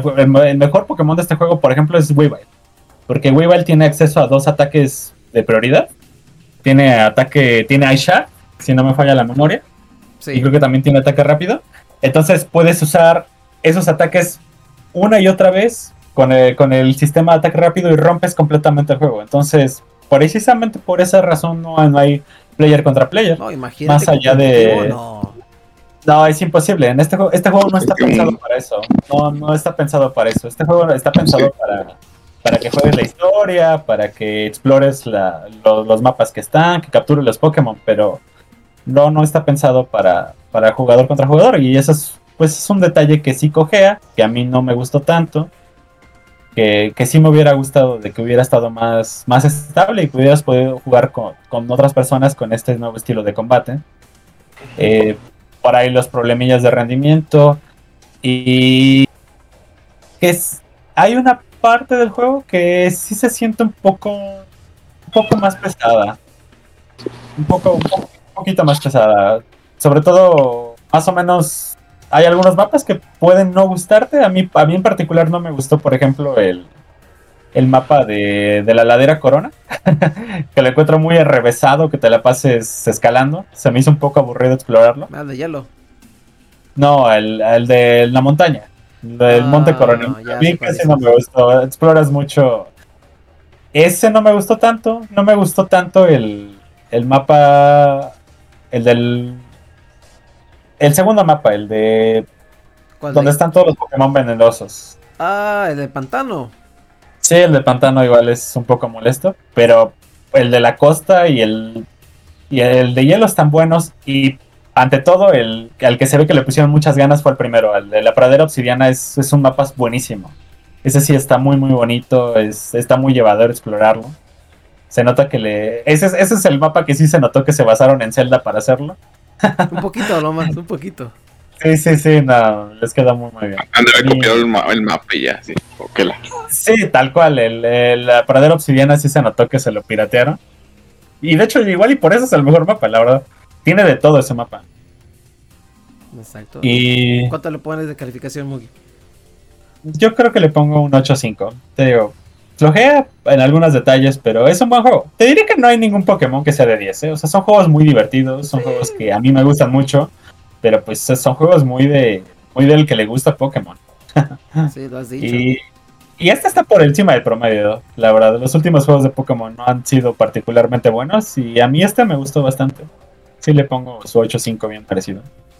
el mejor Pokémon de este juego, por ejemplo, es Weavile. Porque Weavile tiene acceso a dos ataques de prioridad. Tiene ataque, tiene Ice Shard, si no me falla la memoria. Sí. Y creo que también tiene ataque rápido. Entonces puedes usar esos ataques una y otra vez con el, con el sistema de ataque rápido y rompes completamente el juego. Entonces, precisamente por esa razón no, no hay player contra player. No, imagínate. Más allá de... No. No, es imposible. En este juego, este juego no está pensado para eso. No, no está pensado para eso. Este juego está pensado para, para que juegues la historia, para que explores la, los, los mapas que están, que captures los Pokémon, pero no, no está pensado para, para jugador contra jugador. Y eso es, pues, es un detalle que sí cojea, que a mí no me gustó tanto, que, que sí me hubiera gustado de que hubiera estado más, más estable y que hubieras podido jugar con, con otras personas con este nuevo estilo de combate. Eh, por ahí los problemillas de rendimiento y que es, hay una parte del juego que sí se siente un poco un poco más pesada, un poco un, poco, un poquito más pesada. sobre todo, más o menos, hay algunos mapas que pueden no gustarte. A mí, a mí en particular no me gustó, por ejemplo, el, el mapa de, de la ladera Corona, que lo encuentro muy enrevesado, que te la pases escalando. Se me hizo un poco aburrido explorarlo. Ah, de hielo. No, el, el de la montaña, el del Ah, Monte Coronel. ya A mí sé cuál casi no dices. me gustó, exploras mucho. Ese no me gustó tanto, no me gustó tanto el, el mapa, el del... El segundo mapa, el de ¿Cuál donde de- están todos los Pokémon venenosos. Ah, el del pantano. Sí, el de pantano igual es un poco molesto, pero el de la costa y el, y el de hielo están buenos y ante todo el al que se ve que le pusieron muchas ganas fue el primero, el de la pradera obsidiana es, es un mapa buenísimo. Ese sí está muy muy bonito, es, está muy llevadero explorarlo. Se nota que le... Ese, es- ese es el mapa que sí se notó que se basaron en Zelda para hacerlo. Un poquito nomás, un poquito. Sí, sí, sí, no, les queda muy muy bien. Han de haber Y- copiado el, ma- el mapa y ya, sí. Ok, la. Sí, tal cual. El, el- la pradera obsidiana sí se notó que se lo piratearon. Y de hecho, igual y por eso es el mejor mapa, la verdad. Tiene de todo ese mapa. Exacto. Y ¿Cuánto le pones de calificación, Mugi? yo creo que le pongo un ocho cinco. Te digo, flojea en algunos detalles, pero es un buen juego. Te diré que no hay ningún Pokémon que sea de diez, ¿eh? O sea, son juegos muy divertidos, son juegos que a mí me gustan mucho, pero pues son juegos muy de muy del que le gusta Pokémon. Sí, lo has dicho. Y, y este está por encima del promedio, la verdad. Los últimos juegos de Pokémon no han sido particularmente buenos y a mí este me gustó bastante. Sí le pongo su ocho cinco bien parecido.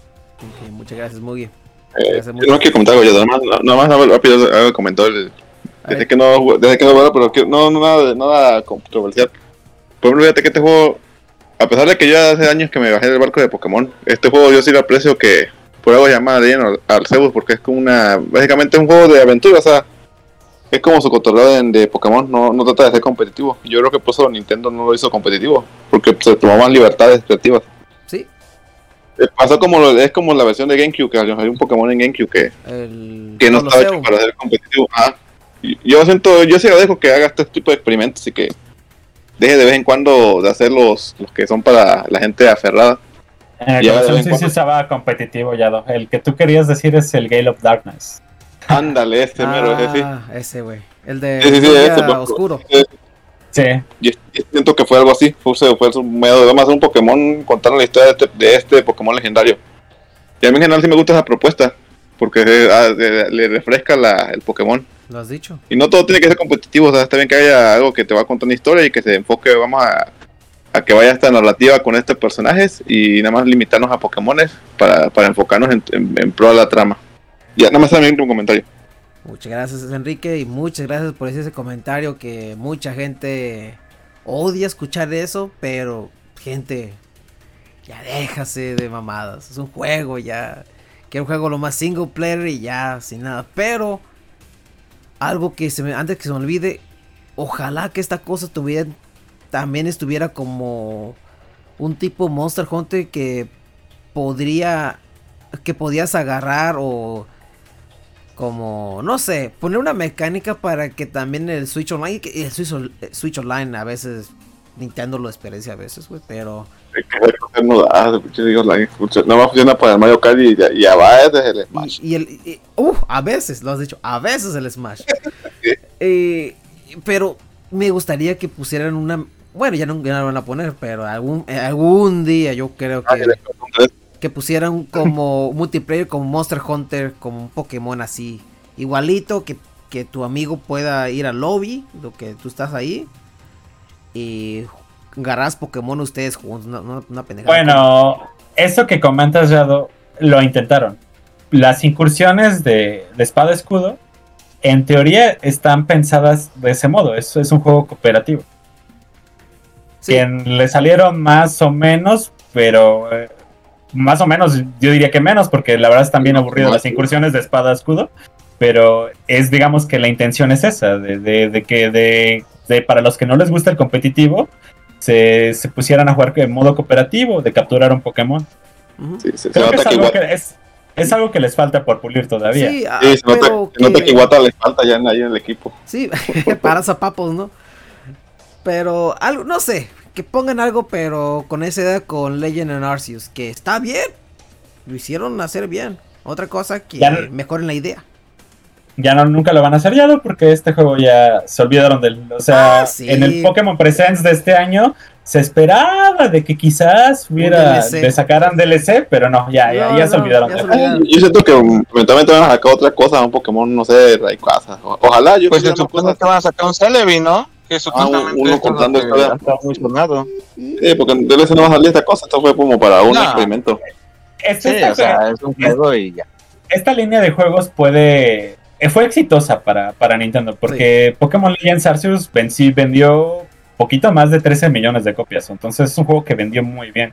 Ok, muchas gracias, Mugi. Eh, Gracias, yo Mugi. no quiero comentar algo, yo nada más, nada más rápido algo comentó el, A ver, desde que no, desde que no bueno, pero que no, no nada, nada controversial. Por ejemplo, fíjate que este juego, a pesar de que yo hace años que me bajé del barco de Pokémon, este juego yo sí lo aprecio que por algo se llama Legend Arceus, porque es como una, básicamente un juego de aventura, o sea, es como su cotorreo de, de Pokémon, no, no trata de ser competitivo. Yo creo que por eso Nintendo no lo hizo competitivo, porque se tomaban libertades creativas. sí, Eh, Pasó como lo, es como la versión de GameCube, que hay un Pokémon en GameCube que el que no estaba Colosseum. hecho para ser competitivo. Ah, y- yo siento, yo sí agradezco que haga este tipo de experimentos y que deje de vez en cuando de hacer los, los que son para la gente aferrada. En el Ya, de corazón vez en sí se cuando. usaba competitivo, Yado. El que tú querías decir es el Gale of Darkness. Ándale, este mero, ese sí. Ah, ese, güey. El de Sí, sí, sí, Historia ese, pues, Oscuro. Eh, Sí, Yo, yo siento que fue algo así, fue, fue un medio de más un Pokémon contando la historia de este, de este Pokémon legendario. Y a mí en general sí me gusta esa propuesta, porque eh, ah, le, le refresca la, el Pokémon. Lo has dicho. Y no todo tiene que ser competitivo, o sea, está bien que haya algo que te va a contar una historia y que se enfoque, vamos a, a que vaya esta narrativa con estos personajes y nada más limitarnos a Pokémones para, para enfocarnos en, en, en pro de la trama. Ya, nada más también un comentario. Muchas gracias, Enrique, y muchas gracias por ese comentario que mucha gente odia escuchar eso, pero gente, ya déjase de mamadas. Es un juego, ya. Quiero un juego lo más single player y ya, sin nada. Pero algo que se me, antes que se me olvide, ojalá que esta cosa tuviera, también estuviera como un tipo Monster Hunter que podría, que podías agarrar o como, no sé, poner una mecánica para que también el Switch Online, que el Switch, el Switch Online a veces Nintendo lo desperdicia a veces, güey, pero No da, digo, la- nada más funciona para el Mario Kart y ya, y ya va desde el Smash. y, y el y- uh, a veces, lo has dicho, a veces el Smash. Eh, pero me gustaría que pusieran una, bueno, ya no, ya no lo van a poner, pero algún eh, algún día yo creo Ah, que y después, entonces, que pusieran como multiplayer, como Monster Hunter, como un Pokémon así, igualito, que, que tu amigo pueda ir al lobby, lo que tú estás ahí, y agarras Pokémon ustedes juntos, una, una, una pendejada. bueno, eso que comentas, Yado, lo intentaron. Las incursiones de, de espada escudo, en teoría, están pensadas de ese modo. Es, es un juego cooperativo. Sí, Que le salieron más o menos, pero eh, más o menos, yo diría que menos, porque la verdad están bien aburridas las incursiones de espada escudo. Pero es, digamos que la intención es esa, de, de, de que de, de para los que no les gusta el competitivo, se, se pusieran a jugar en modo cooperativo, de capturar un Pokémon. ujú. sí, se, se Creo que nota es que algo igual, que, es, es algo que les falta por pulir todavía. Sí, ah, sí, se nota, pero se nota que que- Iwata le falta ya en, ahí en el equipo. Sí, para zapapos, ¿no? Pero algo, no sé, que pongan algo, pero con esa idea con Legend and Arceus, que está bien. Lo hicieron hacer bien. Otra cosa que Ya no- mejoren la idea. Ya no, nunca lo van a hacer ya, ¿no? Porque este juego ya se olvidaron del... O sea, Ah, sí. en el Pokémon Presents de este año se esperaba de que quizás hubiera... D L C. le sacaran D L C, pero no, ya, ya, No, ya se no, olvidaron. ya de se eso. olvidaron. Yo siento que um, eventualmente van a sacar otra cosa, un Pokémon, no sé, Rayquaza. O- Ojalá, yo Pues se quisiera más supone cosas. que van a sacar un Celebi, ¿no? Que supuestamente uno esto es lo contando que historia. está muy sonado. Sí, porque en D L C no va a salir esta cosa, esto fue como para un No. experimento. Este- Sí, este o sea, fue- es un juego y ya. esta línea de juegos puede... eh, fue exitosa para, para Nintendo, porque Pokémon Legends Arceus ven- sí vendió poquito más de trece millones de copias, entonces es un juego que vendió muy bien.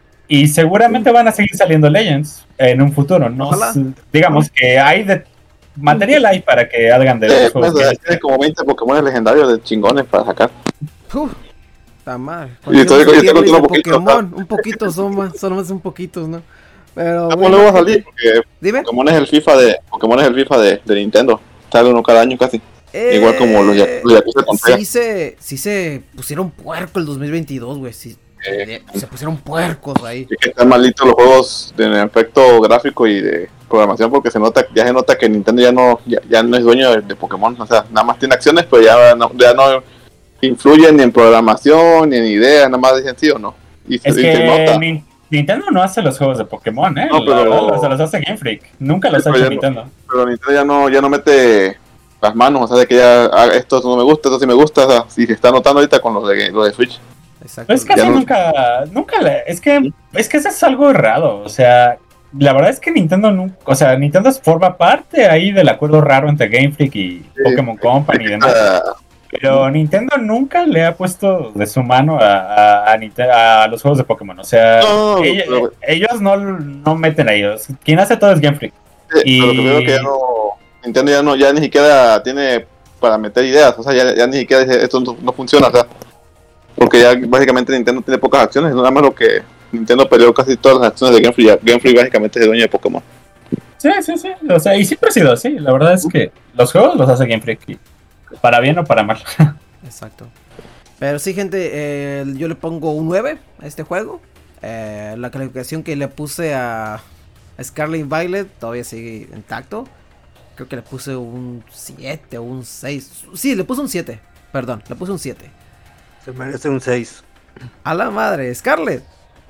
Y seguramente van a seguir saliendo Legends en un futuro, ¿no? Ojalá. S- Digamos que hay de material hay para que hagan de Sí, los juegos. pues, que- tiene como veinte Pokémon legendarios de chingones para sacar. Uf, está mal. Y estoy- Cualquier y estoy tier list de contando poquito, Pokémon, un poquito son más, son más un poquitos, ¿no? Pero ¿Cómo bueno, luego va a salir? Porque dime. Pokémon es el FIFA de Pokémon es el FIFA de, de Nintendo. Sale uno cada año casi. Igual como los Yakuza- los Yakuza con Sega. Sí se, sí se pusieron puerco el dos mil veintidós, güey. Sí, Eh, se pusieron puercos ahí. Es que están malditos los juegos de efecto gráfico y de programación porque se nota, ya se nota que Nintendo ya no, ya, ya no es dueño de, de Pokémon, o sea, nada más tiene acciones, pero ya no, ya no influyen ni en programación ni en ideas, nada más dicen sí o no. Y se, Es y se que nota. Nin- Nintendo no hace los juegos de Pokémon, ¿eh? No, La pero- verdad, se los hace Game Freak. Nunca los Sí, ha pero hecho ya no- Nintendo. Pero Nintendo ya no, ya no mete las manos, o sea, de que ya ah, esto no me gusta, esto sí me gusta, o sea, y se está notando ahorita con lo de, lo de Switch. Exacto. Pues casi Ya no- nunca, nunca le, es que, es que eso es algo raro, o sea, la verdad es que Nintendo nunca, o sea, Nintendo forma parte ahí del acuerdo raro entre Game Freak y Pokémon Company y demás, Ah, pero Nintendo nunca le ha puesto de su mano a, a, a, Ninte- a los juegos de Pokémon, o sea, No, ellos, pero- ellos no, no meten a ellos, quien hace todo es Game Freak. sí, Y- pero lo que veo es que ya no, Nintendo ya no, ya ni siquiera tiene para meter ideas, o sea, ya, ya ni siquiera dice esto no, no funciona, o sea, porque ya básicamente Nintendo tiene pocas acciones, nada más lo que Nintendo peleó casi todas las acciones de Game Freak, ya Game Freak básicamente es el dueño de Pokémon. Sí, sí, sí, o sea, y siempre ha sido así, la verdad es que los juegos los hace Game Freak, y para bien o para mal. Exacto. Pero sí, gente, eh, yo le pongo un nueve a este juego. Eh, la calificación que le puse a, a Scarlet Violet todavía sigue intacto. Creo que le puse un siete o un seis. Sí, le puse un siete. Perdón, le puse un siete. Se merece un seis. A la madre, Scarlet.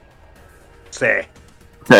Sí. Sí.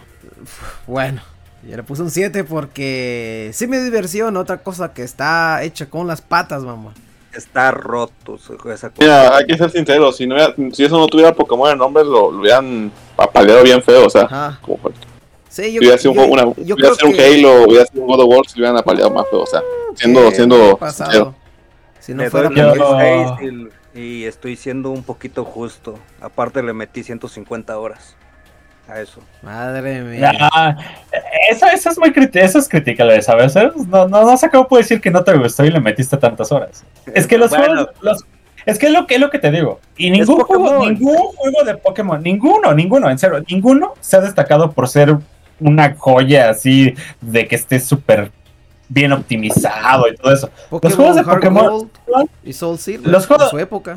Bueno, yo le puse un siete porque sí me dio diversión. Otra cosa que está hecha con las patas, mamá. Está roto su- esa cosa. Mira, hay que ser sinceros, si, no hubiera- si eso no tuviera Pokémon en nombre, lo, lo hubieran apaleado bien feo, o sea, Ajá. como fue. Sí, yo, hubiera sido un, yo- juego- una, yo hubiera creo sido un que- Halo, hubiera sido un God of War, si lo hubieran apaleado más feo, o sea, siendo, que siendo no había sincero. pasado. Si no Le fuera doy yo- un por- seis y, y estoy siendo un poquito justo. Aparte le metí ciento cincuenta horas a eso. Madre mía. Ah, eso, eso es muy crítico, eso es criticable, ¿sabes? No, no, no sé cómo puedo decir que no te gustó y le metiste tantas horas. Es que los Bueno, juegos, los- es que es lo que es lo que te digo. Y ningún juego, Pokémon. ningún juego de Pokémon, ninguno, ninguno, en serio, ninguno se ha destacado por ser una joya así de que esté súper bien optimizado y todo eso. Pokémon, juegos de Heart Pokémon- Gold y Soul Silver Los juegos- en su época.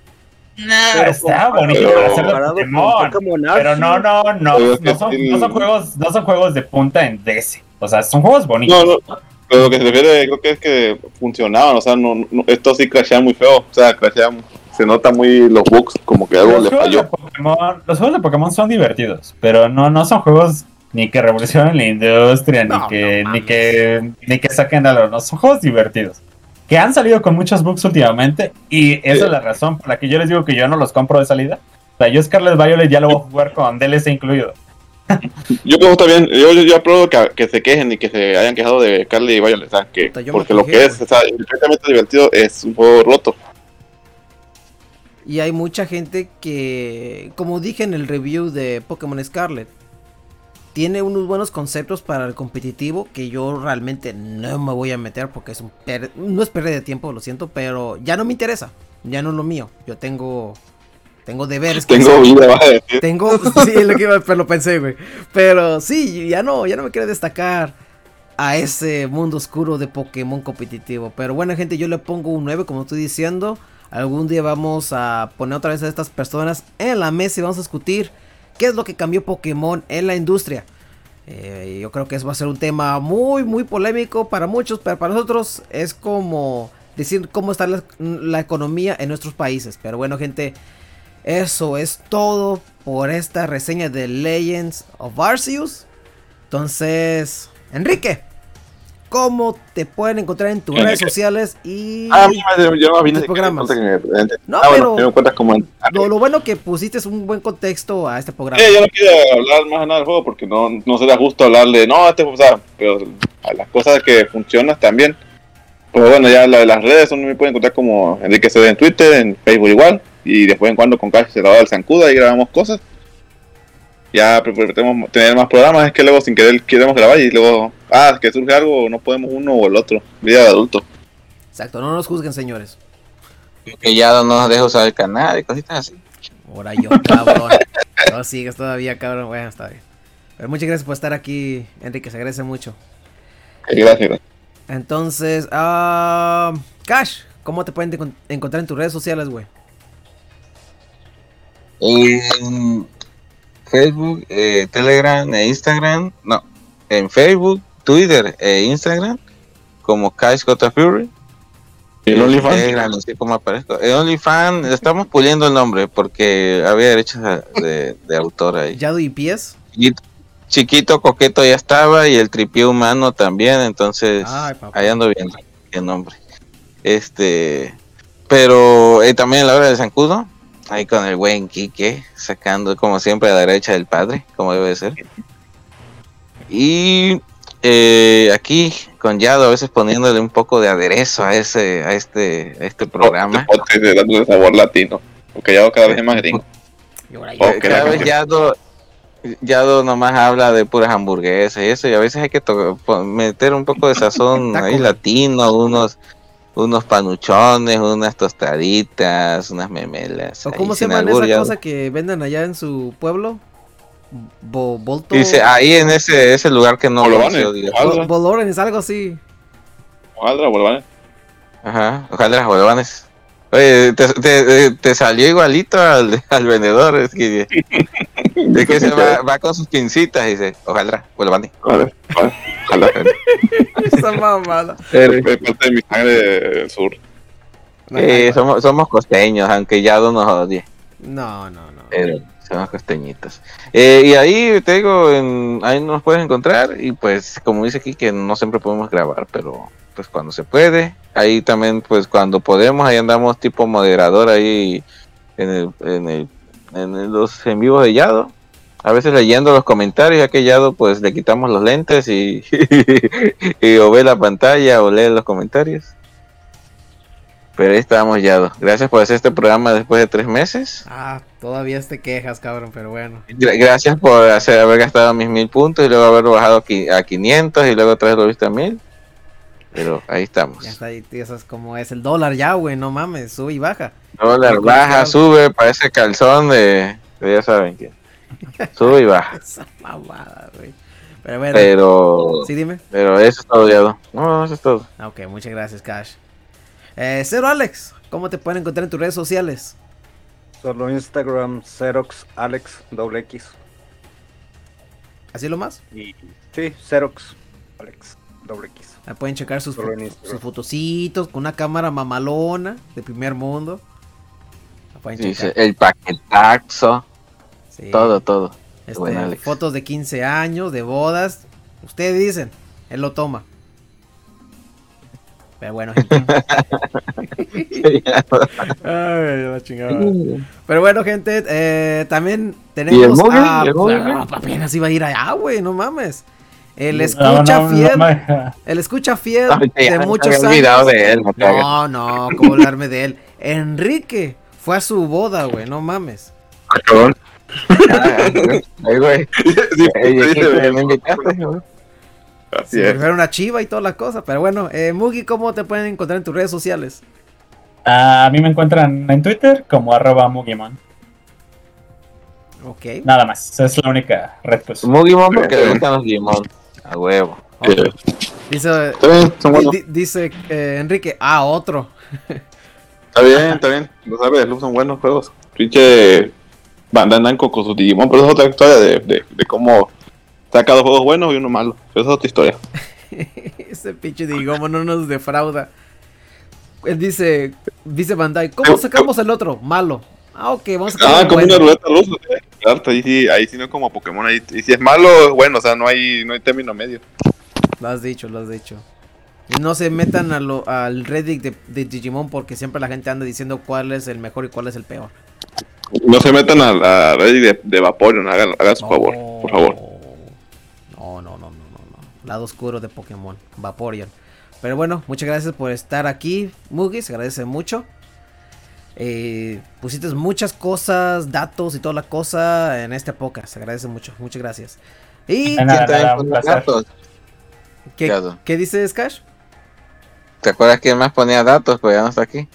Nah, está comparado- bonito para hacer de comparado con Pokémon. Pokémon Pero no, Arceus, no, no, Pero es que no son, sí. no son juegos, no son juegos de punta en D S. O sea, son juegos bonitos. No, no, pero lo que se refiere creo que es que funcionaban, o sea, no, no, esto sí crashea muy feo, o sea, crashea, se nota muy los bugs, como que algo Los le juegos, de falló. Pokémon, los juegos de Pokémon son divertidos, pero no, no son juegos ni que revolucionen la industria, ni No, que, no ni mames. que, ni que saquen algo, no, son juegos divertidos. Que han salido con muchos bugs últimamente, y esa Sí. es la razón por la que yo les digo que yo no los compro de salida. O sea, yo Scarlet Violet ya lo voy a jugar con D L C incluido. Yo creo que está bien, yo, yo, yo apruebo que, que se quejen y que se hayan quejado de Carly y Violet, o sea, que, Puta, yo me porque lo quejé, que es, güey. o sea, perfectamente divertido es un juego roto. Y hay mucha gente que, como dije en el review de Pokémon Scarlet, tiene unos buenos conceptos para el competitivo que yo realmente no me voy a meter porque es un per- no es pérdida de tiempo, lo siento, pero ya no me interesa, ya no es lo mío. Yo tengo tengo deberes que Tengo hacer. vida, vas a decir. Tengo, sí, es lo que iba, pero lo pensé, güey. Pero sí, ya no, ya no me quiero destacar a ese mundo oscuro de Pokémon competitivo. Pero bueno, gente, yo le pongo un nueve, como estoy diciendo. algún día vamos a poner otra vez a estas personas en la mesa y vamos a discutir qué es lo que cambió Pokémon en la industria. Eh, yo creo que eso va a ser un tema muy muy polémico para muchos, pero para nosotros es como decir cómo está la, la economía en nuestros países. Pero bueno, gente, eso es todo por esta reseña de Legends of Arceus. Entonces, Enrique, ¿cómo te pueden encontrar en tus redes sociales y Ah, yo, yo vine tus programas? Que me presente. No, ah, pero bueno, me encuentras como en... lo, lo bueno que pusiste es un buen contexto a este programa. Eh, yo no quiero hablar más nada del juego porque no, no sería justo hablarle, no, este, o sea, pero a las cosas que funcionan también. Pues bueno, ya lo de las redes, uno me puede encontrar como Enrique C D en Twitter, en Facebook igual, y después en cuando con Cash se graba el Zancuda y grabamos cosas. Ya pretendemos tener más programas, es que luego sin querer queremos grabar y luego, ah, que surge algo, no podemos uno o el otro, vida de adulto. Exacto, no nos juzguen, señores. Que ya no nos deja usar el canal y cositas así. Ahora yo, cabrón. No sigues todavía, cabrón. Bueno, está bien. Pero muchas gracias por estar aquí, Enrique. Se agradece mucho. Eh, gracias, gracias. Entonces, uh, Cash, ¿cómo te pueden de- encontrar en tus redes sociales, güey? En Facebook, eh, Telegram e Instagram. No, en Facebook, Twitter e Instagram. Como Kai Scott Fury. ¿Y el OnlyFans? Telegram, no sé cómo aparezco. El OnlyFans, estamos puliendo el nombre porque había derechos de, de autor ahí. Yado y Pies. Chiquito, chiquito, coqueto ya estaba y el tripié humano también, entonces Ay, papá. ahí ando viendo el nombre. Este, pero eh, también en la hora del zancudo, ahí con el buen Quique, sacando como siempre a la derecha del padre, como debe de ser. Y eh, aquí con Yado a veces poniéndole un poco de aderezo a ese, a este, a este programa. Podcast de dándole sabor latino, porque ya cada vez es más gringo. Y ahora yo. Ok, Cada vez ok. Yado, Yado nomás habla de puras hamburguesas y eso, y a veces hay que to- po- meter un poco de sazón Taco. ahí latino, unos unos panuchones, unas tostaditas, unas memelas. ¿O ahí cómo se sin llama albur, esa Yado. cosa que venden allá en su pueblo? Bo Volto. Dice, ahí en ese ese lugar que no Bolovanes, conoció, diga. ojalá. Bo- Bolórens, algo así. Ojalá, bolovanes. Ajá, ojalá las bolobanes. Oye, te, te, te salió igualito al, al vendedor, es que, es que se va, va con sus pincitas y dice, ojalá, bolobanes. Ojalá, ojalá. Esa mamada. Es parte de mi sangre del sur. Eh, somos, somos costeños, aunque Yado nos odie. No, no, no. Pero somos costeñitos. Eh, y ahí te digo, en- ahí nos puedes encontrar. Y pues, como dice aquí, que no siempre podemos grabar, pero pues cuando se puede. Ahí también, pues cuando podemos, ahí andamos tipo moderador ahí en el, en el, en el- los en vivos de Yado. A veces leyendo los comentarios, ya que Yado pues le quitamos los lentes y, y o ve la pantalla o lee los comentarios. Pero ahí estábamos, Yado. Gracias por hacer este programa después de tres meses. Ah, todavía te quejas, cabrón, pero bueno. Gra- Gracias por hacer, haber gastado mis mil puntos y luego haberlo bajado aquí a quinientos y luego otra vez lo viste a mil. Pero ahí estamos. Ya está ahí, tío, eso es como es el dólar ya, güey, no mames, sube y baja. Dólar Qué baja, confiado. sube, parece calzón de, de ya saben que. Sube y baja. Esa mamada, güey. Pero bueno, Pero, sí, dime. pero eso es todo, Yado. No, eso es todo. Ah, ok, muchas gracias, Cash. Eh, Cero Alex, ¿cómo te pueden encontrar en tus redes sociales? Solo Instagram, Xerox, Alex, doble X. ¿Así lo más? Y sí, Xerox, Alex, doble X. Ah, pueden checar sus, Solo en fo- Instagram. sus fotocitos con una cámara mamalona de primer mundo. La pueden Dice, checar. el paquetaxo, Sí. todo, todo. Este, Buen Alex. fotos de quince años, de bodas. Ustedes dicen, él lo toma. Pero bueno, gente. Ay, la chingada. Pero bueno, gente, eh, también tenemos ¿Y el Mugi? a... ¿Y el Mugi? Ah, apenas iba a ir allá, güey, no mames. El No, escucha no, no fiel, me- el escucha fiel Ay, ya, de me muchos había olvidado años. de él, no te hagas. No, no, ¿cómo hablarme de él? Enrique fue a su boda, güey, no mames. Cabrón. Ay, güey. Sí, Ey, sí, ¿qué- sí, ¿me invitaste, güey? así Si es. fuera una chiva y toda la cosa. Pero bueno, eh, Mugi, ¿cómo te pueden encontrar en tus redes sociales? A mí me encuentran en Twitter como arroba Mugimon. Ok. Nada más, esa es la única red pues. Muy Gimón porque le gustan los Gimón. A huevo. Ok. Dice, Está bien, son di- buenos. di- dice eh, Enrique, ah, otro. Está bien, está bien. Los Aves de Luz son buenos juegos. Pinche Bandai Namco con su Digimon, pero es otra historia de, de, de cómo saca dos juegos buenos y uno malo. Esa es otra historia. Ese pinche Digimon no nos defrauda. Él dice, dice Bandai, ¿cómo sacamos el otro? Malo. Ah, ok, vamos a sacar Ah, el como bueno. una ruleta rusa. Claro, ahí sí, ahí sí no es como Pokémon. Ahí, y si es malo, es bueno. O sea, no hay, no hay término medio. Lo has dicho, lo has dicho. Y no se metan a lo, al Reddit de, de Digimon porque siempre la gente anda diciendo cuál es el mejor y cuál es el peor. No se metan a la red de, de Vaporeon. Hagan, hagan su No. favor, por favor. No, no, no, no, no, no. Lado oscuro de Pokémon, Vaporeon. Pero bueno, muchas gracias por estar aquí, Mugi, se agradece mucho. Eh, pusiste muchas cosas, datos y toda la cosa en esta época, se agradece mucho, muchas gracias. ¿Y De nada, ¿Quién nada, trae un los placer. datos? qué, Claro. qué dice Skash? ¿Te acuerdas quién más ponía datos? Pues ya no está aquí.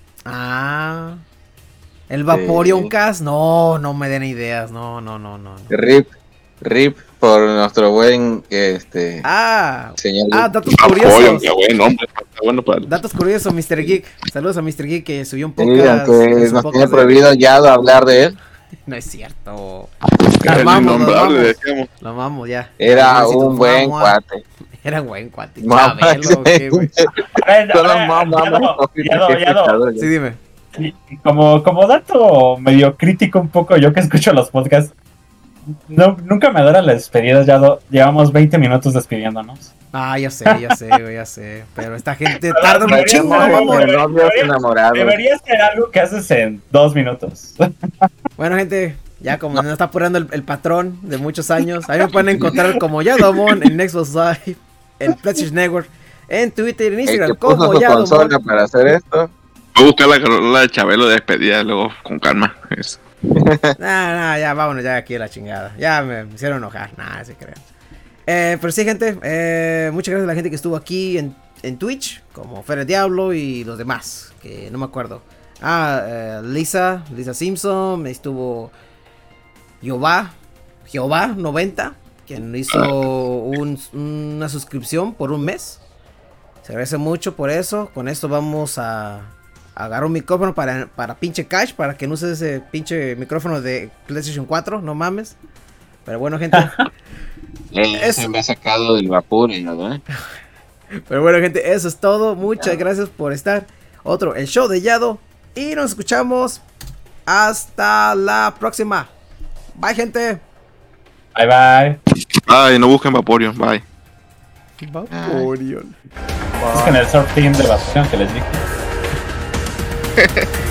Ah, el Vaporeon Sí. Cast, no, no me den ideas, no, no, no, no. no. Rip, Rip por nuestro buen este Ah, señor. ah, datos Vaporeon, curiosos. qué buen nombre. Está bueno para Datos curiosos, mister Geek. Saludos a mister Geek que subió un Sí, podcast. aunque hizo un nos podcast tiene de- prohibido ya hablar de él. No es cierto. el Lo amamos, lo innombrable, amamos. decíamos. Lo amamos ya. Era Mamacito, un buen mamá. cuate. Era buen cuate. Mamá, Chabelo, ¿qué, güey? A ver, a Solo ver, mamá, Yado, mamá, Yado, Yado, Sí, dime. sí, como, como dato medio crítico un poco, yo que escucho los podcasts, no, nunca me adoran las despedidas, Yado. Llevamos veinte minutos despidiéndonos. Ah, ya sé, ya sé, güey, ya sé. Pero esta gente tarda un Deberíamos- chingo, deberíamos- mamón. De novios enamorados. Debería ser algo que haces en dos minutos. Bueno, gente, ya como nos está apurando el, el patrón de muchos años, ahí me pueden encontrar como Yadomon en Xbox Live, en PlayStation Network, en Twitter, en El que Instagram, puso como su Yadomon. consola para hacer esto. Voy a buscar la carola de Chabelo de despedida luego con calma. Es- Nah, nah, ya vámonos ya aquí a la chingada. Ya me, me hicieron enojar, nah, se crean. Eh, pero sí, gente, eh, muchas gracias a la gente que estuvo aquí en, en Twitch, como Fer el Diablo y los demás, que no me acuerdo. Ah, eh, Lisa, Lisa Simpson, estuvo Jehová, Jehová noventa, quien hizo un- una suscripción por un mes. Se agradece mucho por eso. Con esto vamos a, a agarrar un micrófono para, para pinche Cash, para que no use ese pinche micrófono de PlayStation cuatro, no mames. Pero bueno, gente. Eh, Es- Se me ha sacado del vapor, ¿no? ¿Eh? Pero bueno, gente, eso es todo. Muchas gracias por estar. Otro, el show de Yado. Y nos escuchamos hasta la próxima. Bye, gente. Bye bye. Ay, no busquen Vaporeon, bye. Vaporeon. Busquen el surf team de Vaporeon que les dije.